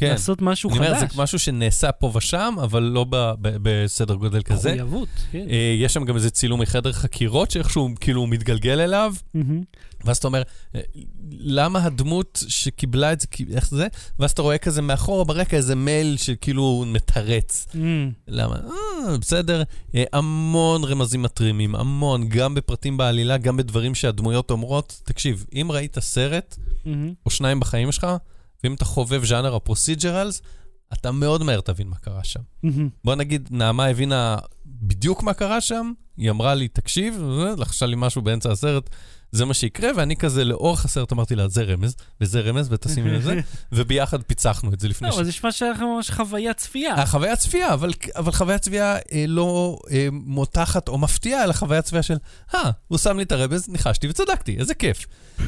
לעשות משהו חדש. אני אומר, זה משהו שנעשה פה ושם, אבל לא בסדר גודל כזה. מחויבות, כן. יש שם גם איזה צילום מחדר חקירות, שאיכשהו כאילו הוא מתגלגל אליו, ואז אתה אומר, למה הדמות שקיבלה את זה, איך זה? ואז אתה רואה כזה מאחור ברקע איזה מייל שכאילו מתרץ. למה? בסדר. המון רמזים מטרימים, המון, גם בפרטים בעלילה, גם בדברים שהדמויות אומרות. תקשיב, אם ראית סרט, או שניים בחיים שלך, ואם אתה חובב ז'אנר הפרוסיג'רלס, אתה מאוד מהר תבין מה קרה שם. בוא נגיד, נעמה הבינה בדיוק מה קרה שם, היא אמרה לי, תקשיב, לחשה לי משהו באמצע הסרט, זה מה שיקרה, ואני כזה לאורך הסרט אמרתי לה, זה רמז, וזה רמז, ותשימי לזה, וביחד פיצחנו את זה לפני לא, אז יש משהו ממש חוויה צפייה. חוויה צפייה, אבל חוויה צפייה לא מותחת או מפתיעה, אלא חוויה צפייה של, הוא שם לי את הרמז, ניחשתי וצדקתי, איזה כיף.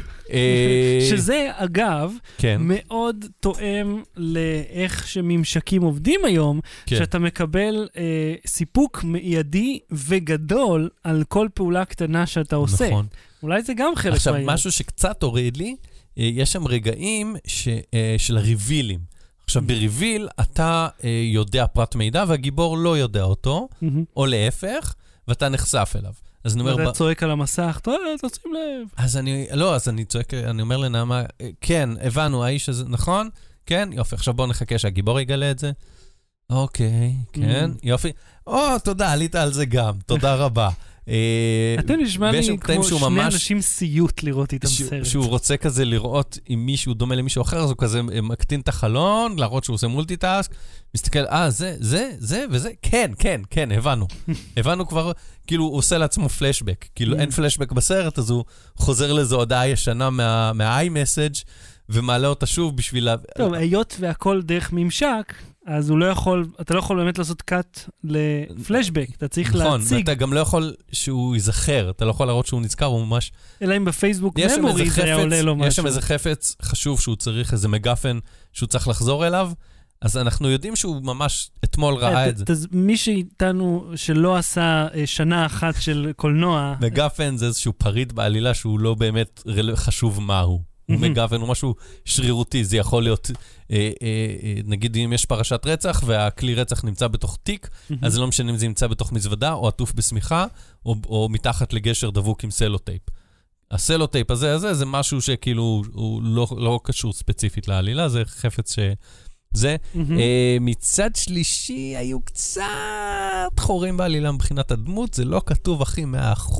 שזה, אגב, מאוד תואם לאיך שממשקים עובדים היום, שאתה מקבל סיפוק מיידי וגדול על כל פעולה קטנה שאתה עושה. נכון. אולי זה גם חלק עכשיו, משהו שקצת הוריד לי, יש שם רגעים של הריבילים. עכשיו, בריביל אתה יודע פרט מידע, והגיבור לא יודע אותו, או להפך, ואתה נחשף אליו. אז אני אומר... ואתה צועק על המסך, תשים לב. אז אני צועק, אני אומר לנעמה, כן, הבנו, האיש הזה, נכון? כן, יופי, עכשיו בואו נחכה שהגיבור יגלה את זה. אוקיי, כן, יופי. תודה, עלית על זה גם, תודה רבה. אתם נשמע לי כמו שני אנשים סיוט לראות איתם סרט. שהוא רוצה כזה לראות אם מישהו דומה למישהו אחר, אז הוא כזה מקטין את החלון, להראות שהוא עושה מולטיטאסק, מסתכל, זה וזה, כן, הבנו. הבנו כבר, כאילו הוא עושה לעצמו פלשבק, כאילו אין פלשבק בסרט, אז הוא חוזר לאיזו הודעה ישנה מה-iMessage, ומעלה אותה שוב בשביל... טוב, היות והכל דרך ממשק, אז אתה לא יכול באמת לעשות קאט לפלשבק, אתה צריך להציג. נכון, אתה גם לא יכול שהוא ייזכר, אתה לא יכול להראות שהוא נזכר, הוא ממש... אלא אם בפייסבוק ממורי זה היה עולה לו משהו. יש שם איזה חפץ חשוב שהוא צריך, איזה מגפן שהוא צריך לחזור אליו, אז אנחנו יודעים שהוא ממש אתמול ראה את זה. מי שאיתנו שלא עשה שנה אחת של קולנוע... מגפן זה איזשהו פריט בעלילה שהוא לא באמת חשוב מהו. הוא מגוון, הוא משהו שרירותי, זה יכול להיות, נגיד אם יש פרשת רצח, והכלי רצח נמצא בתוך תיק, אז זה לא משנה אם זה נמצא בתוך מזוודה, או עטוף בשמיכה, או מתחת לגשר דבוק עם סלוטייפ. הסלוטייפ הזה, זה משהו שכאילו, הוא לא קשור ספציפית לעלילה, זה חפץ שזה. מצד שלישי, היו קצת חורים בעלילה מבחינת הדמות, זה לא כתוב הכי 100%,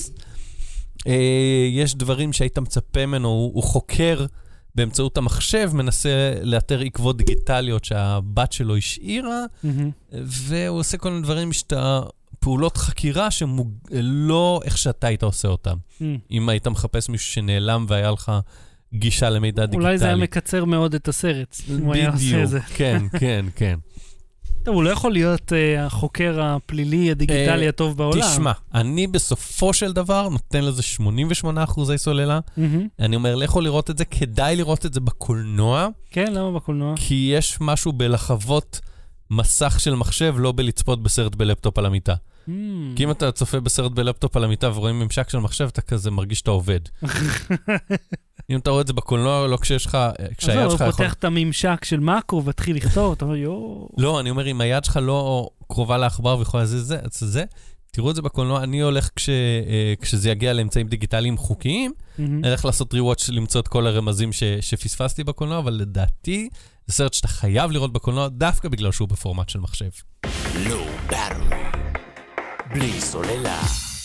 יש דברים שהיית מצפה ממנו, הוא חוקר באמצעות המחשב, מנסה לאתר עקבות דיגיטליות שהבת שלו השאירה, והוא עושה כל מיני דברים שאתה, פעולות חקירה לא איך שאתה היית עושה אותם. אם היית מחפש מישהו שנעלם והיה לך גישה למידע דיגיטלי. אולי זה היה מקצר מאוד את הסרט, אם הוא היה עושה את זה. כן. טוב, הוא לא יכול להיות החוקר הפלילי הדיגיטלי הטוב בעולם. תשמע, אני בסופו של דבר נותן לזה 88% סוללה. אני אומר, לכו לראות את זה, כדאי לראות את זה בקולנוע. כן, למה בקולנוע? כי יש משהו בלחוות מסך של מחשב, לא בלצפות בסרט בלפטופ על המיטה. כי אם אתה צופה בסרט בלפטופ על המיטה ורואים ממשק של מחשב, אתה כזה מרגיש שאתה עובד. אם אתה רואה את זה בקולנוע, לא כשיש לך, כשהיד שלך יכול... הוא פותח את הממשק של מקרו ותחיל לכתוב, אתה אומר, יואו. לא, אני אומר, אם היד שלך לא קרובה לעכבר ויכולה זה, תראו את זה בקולנוע, אני הולך כשזה יגיע לאמצעים דיגיטליים חוקיים, אני הולך לעשות ריוואץ' למצוא את כל הרמזים שפספסתי בקולנוע, אבל לדעתי, זה סרט שאתה חייב לראות בקולנוע, דווקא בגלל שהוא בפורמט של מחשב. בלי סוללה.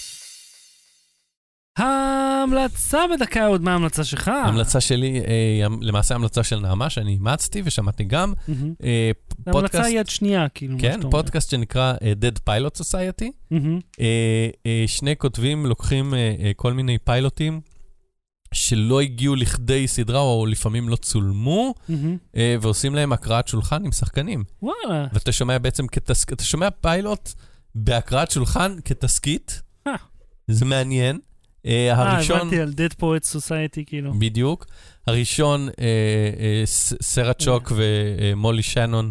ההמלצה בדקה עוד, מה ההמלצה שלך? ההמלצה שלי, למעשה ההמלצה של נעמה, שאני אימצתי ושמעתי גם. ההמלצה יד שנייה, כאילו. כן, פודקאסט שנקרא Dead Pilot Society. שני כותבים לוקחים כל מיני פיילוטים שלא הגיעו לכדי סדרה, או לפעמים לא צולמו, ועושים להם הקראת שולחן עם שחקנים. וואלה. ואתה שומע בעצם אתה שומע פיילוט בהקראת שולחן כתסקית. זה מעניין. הבנתי על Dead Poets Society, כאילו. בדיוק. הראשון, סרה צ'וק ומולי שנון.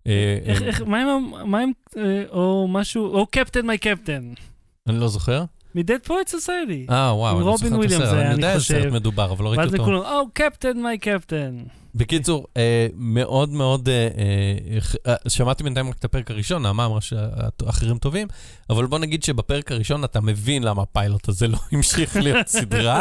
מה הם, או משהו, או קפטן מי קפטן. אני לא זוכר. מדד פויט סוסייטי. וואו, עם רובין וויליאמס, אני יודע איזה חושב. סרט מדובר, אבל לא ראיתי ואז זה אותו. כולו, קפטן, מי קפטן. בקיצור, מאוד מאוד, שמעתי בינתיים רק את הפרק הראשון, נעמה אמרה שהאחרים טובים, אבל בוא נגיד שבפרק הראשון אתה מבין למה הפיילוט הזה לא המשיך להיות סדרה,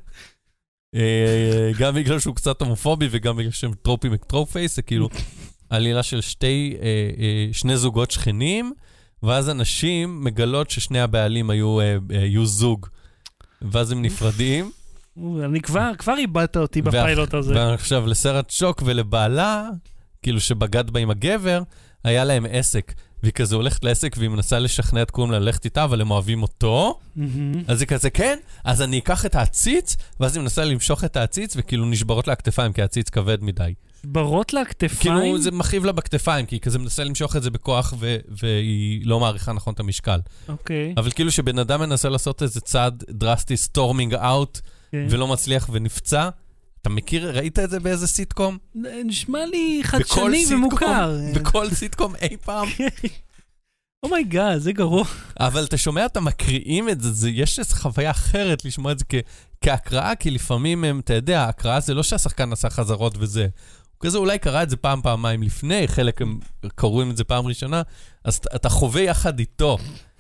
גם בגלל שהוא קצת הומופובי, וגם בגלל שהם טרופי מקטרופייס, זה כאילו עלילה של שני זוגות שכנים, ואז אנשים מגלות ששני הבעלים היו זוג, ואז הם נפרדים, אני כבר איבדת אותי בפיילוט הזה. ועכשיו לסרט שוק ולבעלה, כאילו שבגד בה עם הגבר, היה להם עסק. והיא כזה הולכת לעסק והיא מנסה לשכנע את כולם ללכת איתה, אבל הם אוהבים אותו. אז היא כזה, כן, אז אני אקח את העציץ, ואז היא מנסה למשוך את העציץ, וכאילו נשברות לה הכתפיים, כי העציץ כבד מדי. נשברות לה הכתפיים? כאילו זה מכאיב לה בכתפיים, כי היא כזה מנסה למשוך את זה בכוח, והיא לא מעריכה נכון את המשקל. אוקיי. אבל כאילו שבן אדם מנסה לעשות איזה צעד דרסטי, סטורמינג אאוט, ולא מצליח ונפצע. אתה מכיר, ראית את זה באיזה סיטקום? נשמע לי חדשני ומוכר. בכל סיטקום אי פעם. אומייגאד, זה גרוע. אבל אתה שומע, אתה מקריאים את זה, יש איזו חוויה אחרת לשמוע את זה כהקראה, כי לפעמים הם, אתה יודע, ההקראה זה לא שהשחקן עשה חזרות וזה. הוא כזה אולי קרא את זה פעמיים לפני, חלק הם קראו את זה פעם ראשונה, אז אתה חווה יחד איתו.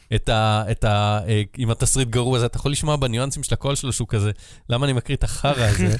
עם התסריט גרוע הזה, אתה יכול לשמוע בניואנסים של הקול שלו שהוא כזה, למה אני מקריא את החרא הזה?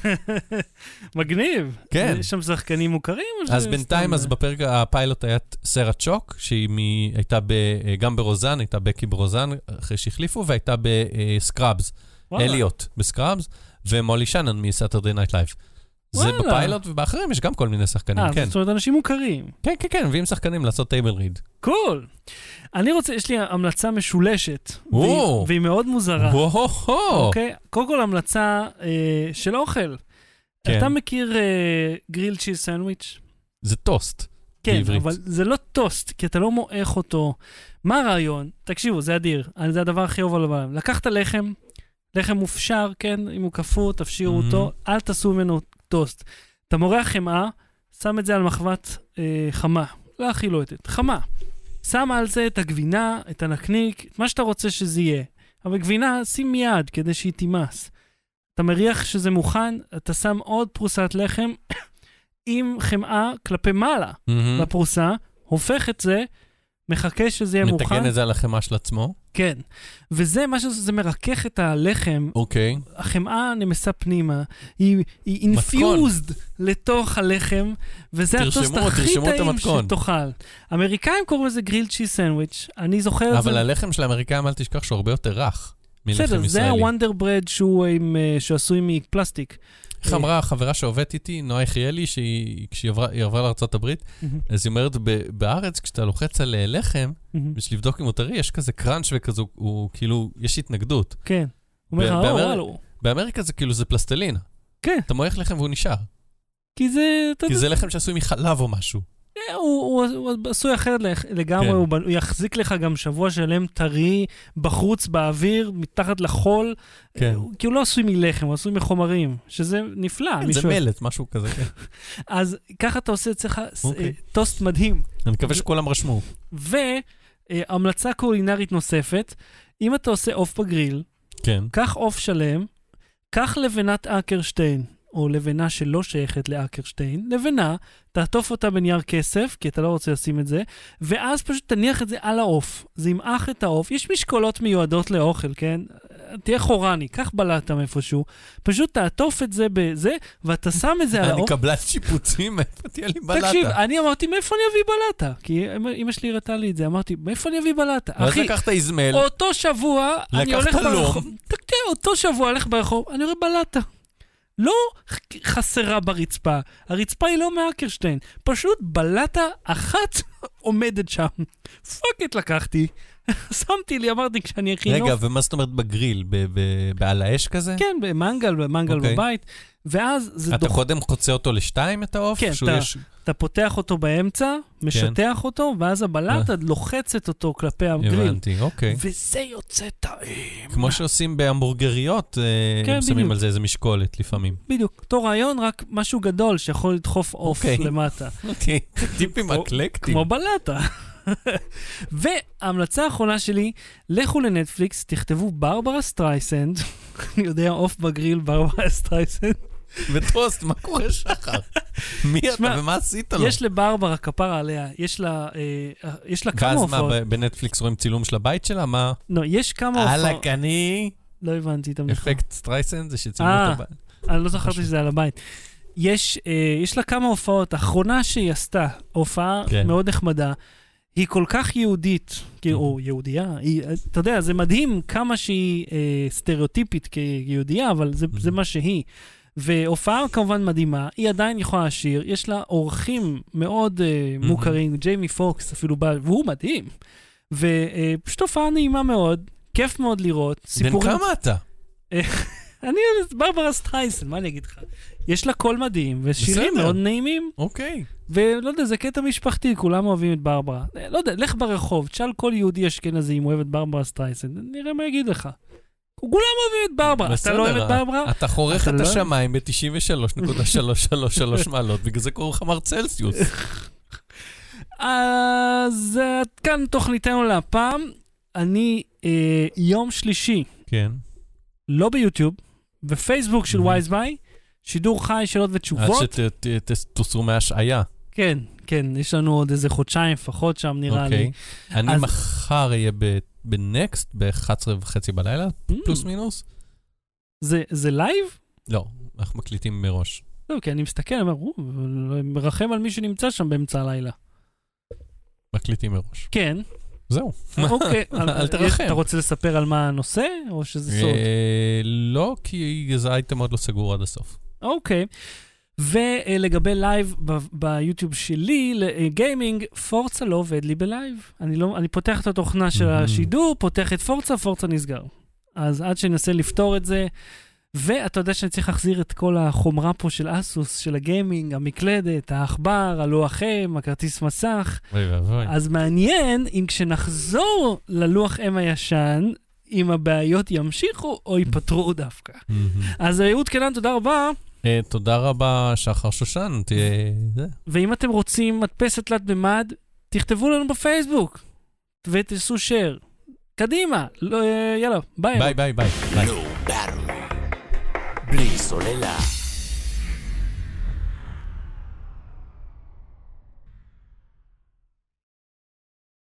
מגניב. כן. יש שם שחקנים מוכרים? אז בינתיים, אז בפרק הפיילוט היה סרט שוק, שהיא הייתה גם ברוזן, הייתה בקי ברוזן, אחרי שהחליפו, והייתה בסקראבס, אליוט בסקראבס, ומולי שנן מסאטרדי נייט לייב. זה בפיילוט, ובאחרים יש גם כל מיני שחקנים, כן. זאת אומרת, אנשים מוכרים. כן, מביאים שחקנים לעשות טייבל ריד. קול. אני רוצה, יש לי המלצה משולשת, והיא מאוד מוזרה. אוקיי? קודם כל המלצה של אוכל. אתה מכיר גריל צ'יז סנדוויץ'? זה טוסט. כן, אבל זה לא טוסט, כי אתה לא מועך אותו. מה הרעיון? תקשיבו, זה אדיר. זה הדבר הכי אוהב על העולם. לקחת לחם מופשר, כן? אם הוא קפוא, תפשירו אותו, אל תעשו ממנו טוסט. אתה מורח חמאה, שם את זה על מחבת חמה. לא הכי לוהטת, חמה. שם על זה את הגבינה, את הנקניק, את מה שאתה רוצה שזה יהיה. אבל גבינה, שים מיד כדי שהיא תימס. אתה מריח שזה מוכן, אתה שם עוד פרוסת לחם עם חמאה כלפי מעלה בפרוסה, הופך את זה, מחכה שזה יהיה מוכן. מתקן את זה על החמאה של עצמו? כן. וזה משהו, זה מרכך את הלחם. אוקיי. החמאה נמסה פנימה, היא infused לתוך הלחם, וזה הטוסט הכי טעים שתאכל. אמריקאים קוראים לזה גריל צ'יז סנדוויץ', אני זוכר את זה. אבל הלחם של האמריקאים, אל תשכח שהוא הרבה יותר רך מלחם ישראלי. בסדר, זה הוונדר ברד שעשוי מפלסטיק. איך אמרה החברה שעובדת איתי, נועה יחיאלי, כשהיא עברה לארצות הברית, אז היא אומרת, בארץ, כשאתה לוחץ על לחם, בשביל לבדוק אם הוא טרי, יש כזה קראנץ' וכזה, הוא כאילו, יש התנגדות. כן. הוא אומר, וואלו. באמריקה זה כאילו, זה פלסטלינה. כן. אתה מועך לחם והוא נשאר. כי זה לחם שעשוי מחלב או משהו. הוא עשוי אחרת לגמרי, הוא יחזיק לך גם שבוע שלם טרי, בחוץ, באוויר, מתחת לחול, כי הוא לא עשוי מלחם, הוא עשוי מחומרים, שזה נפלא. זה מלט, משהו כזה. אז ככה אתה עושה אצלך טוסט מדהים. אני מקווה שכולם רשמו. והמלצה קולינרית נוספת, אם אתה עושה עוף בגריל, קח עוף שלם, קח לבנת אקרשטיין, או לבנה שלא שייכת לאקרשטיין, לבנה, תעטוף אותה בנייר כסף, כי אתה לא רוצה לשים את זה, ואז פשוט תניח את זה על העוף. זה ימעך את העוף. יש משקולות מיועדות לאוכל, כן? תהיה חורני, קח בלטה מאיפשהו, פשוט תעטוף את זה בזה, ואתה שם את זה על העוף. אני קבלת שיפוצים, מאיפה תהיה לי בלטה? תקשיב, אני אמרתי, מאיפה אני אביא בלטה? כי אמא שלי הראתה לי את זה, אמרתי, מאיפה אני אביא בלטה? ואז לקחת איזמל, אותו שבוע, אני הולך ברחוב, אותו שבוע הולך ברחוב, אני רואה בלטה. לא חסרה ברצפה, הרצפה היא לא מאקרשטיין, פשוט בלטה אחת עומדת שם. פאקט לקחתי, שמתי לי, אמרתי כשאני הכי נוף. רגע, ומה זאת אומרת בגריל? בעל האש כזה? כן, במנגל בבית, ואז זה אתה קודם חוצה אותו לשתיים את העוף? כן, אתה פותח אותו באמצע, משטח אותו, ואז הבלטה לוחצת אותו כלפי הגריל. הבנתי, אוקיי. וזה יוצא טעים. כמו שעושים בהמבורגריות, הם שמים על זה איזה משקולת לפעמים. בדיוק, אותו רעיון, רק משהו גדול שיכול לדחוף עוף למטה. אוקיי, טיפים אקלקטיים. כמו בלטה. וההמלצה האחרונה שלי, לכו לנטפליקס, תכתבו ברברה סטרייסנד, אני יודע, עוף בגריל, ברברה סטרייסנד. וטוסט, מה קורה שחר? מי אתה ומה עשית לו? יש לברברה כפרה עליה, יש לה כמה הופעות. ואז מה, בנטפליקס רואים צילום של הבית שלה? מה? לא, יש כמה הופעות. אלק, אני... לא הבנתי את המחר. אפקט סטרייסנד זה שצילמו את הבית. אני לא זכרתי שזה על הבית. יש לה כמה הופעות, האחרונה שהיא עשתה, הופעה מאוד נחמדה, היא כל כך יהודית, או יהודייה, אתה יודע, זה מדהים כמה שהיא סטריאוטיפית כיהודייה, אבל זה מה שהיא. והופעה כמובן מדהימה, היא עדיין יכולה לשיר, יש לה אורחים מאוד מוכרים, ג'יימי פוקס אפילו בא, והוא מדהים. ופשוט הופעה נעימה מאוד, כיף מאוד לראות. בן כמה אתה? אני ברברה סטרייסנד, מה אני אגיד לך? יש לה קול מדהים, ושירים מאוד נעימים. אוקיי. ולא יודע, זה קטע משפחתי, כולם אוהבים את ברברה. לא יודע, לך ברחוב, תשאל כל יהודי אשכנזי אם הוא אוהב את ברברה סטרייסנד, נראה מה יגיד לך. כולם אוהבים את ברברה. אתה לא אוהב את ברברה? אתה חורך את השמיים ב-93.333 מעלות, בגלל זה קוראים לך מר צלסיוס. אז כאן תוכניתנו להפעם. אני יום שלישי. כן. לא ביוטיוב, בפייסבוק של וייזביי, שידור חי, שאלות ותשובות. עד שתוסרו מהשעיה. כן, כן, יש לנו עוד איזה חודשיים לפחות שם, נראה לי. אני מחר אהיה בנקסט, ב-11:30 בלילה, פלוס מינוס. זה לייב? לא, אנחנו מקליטים מראש. לא, כי אני מסתכל, אני אומר, מרחם על מי שנמצא שם באמצע הלילה. מקליטים מראש. כן. זהו. אוקיי. אל תרחם. אתה רוצה לספר על מה הנושא, או שזה סוד? לא, כי זה הייתם עוד לא סגור עד הסוף. אוקיי. ולגבי לייב ביוטיוב שלי, לגיימינג, פורצה לא עובד לי בלייב. אני פותח את התוכנה של השידור, פותח את פורצה נסגר. אז עד שננסה לפתור את זה, ואתה יודע שאני צריך להחזיר את כל החומרה פה של אסוס, של הגיימינג, המקלדת, האחבר, הלוח-אם, הכרטיס מסך. אז מעניין אם כשנחזור ללוח אם הישן, אם הבעיות ימשיכו או ייפטרו דווקא. אז אהוד קלן, תודה רבה. תודה רבה, שחר שושן. ואם אתם רוצים מדפסת תלת במד, תכתבו לנו בפייסבוק ותעשו שייר. קדימה. יאללה, ביי. ביי. בלי סוללה.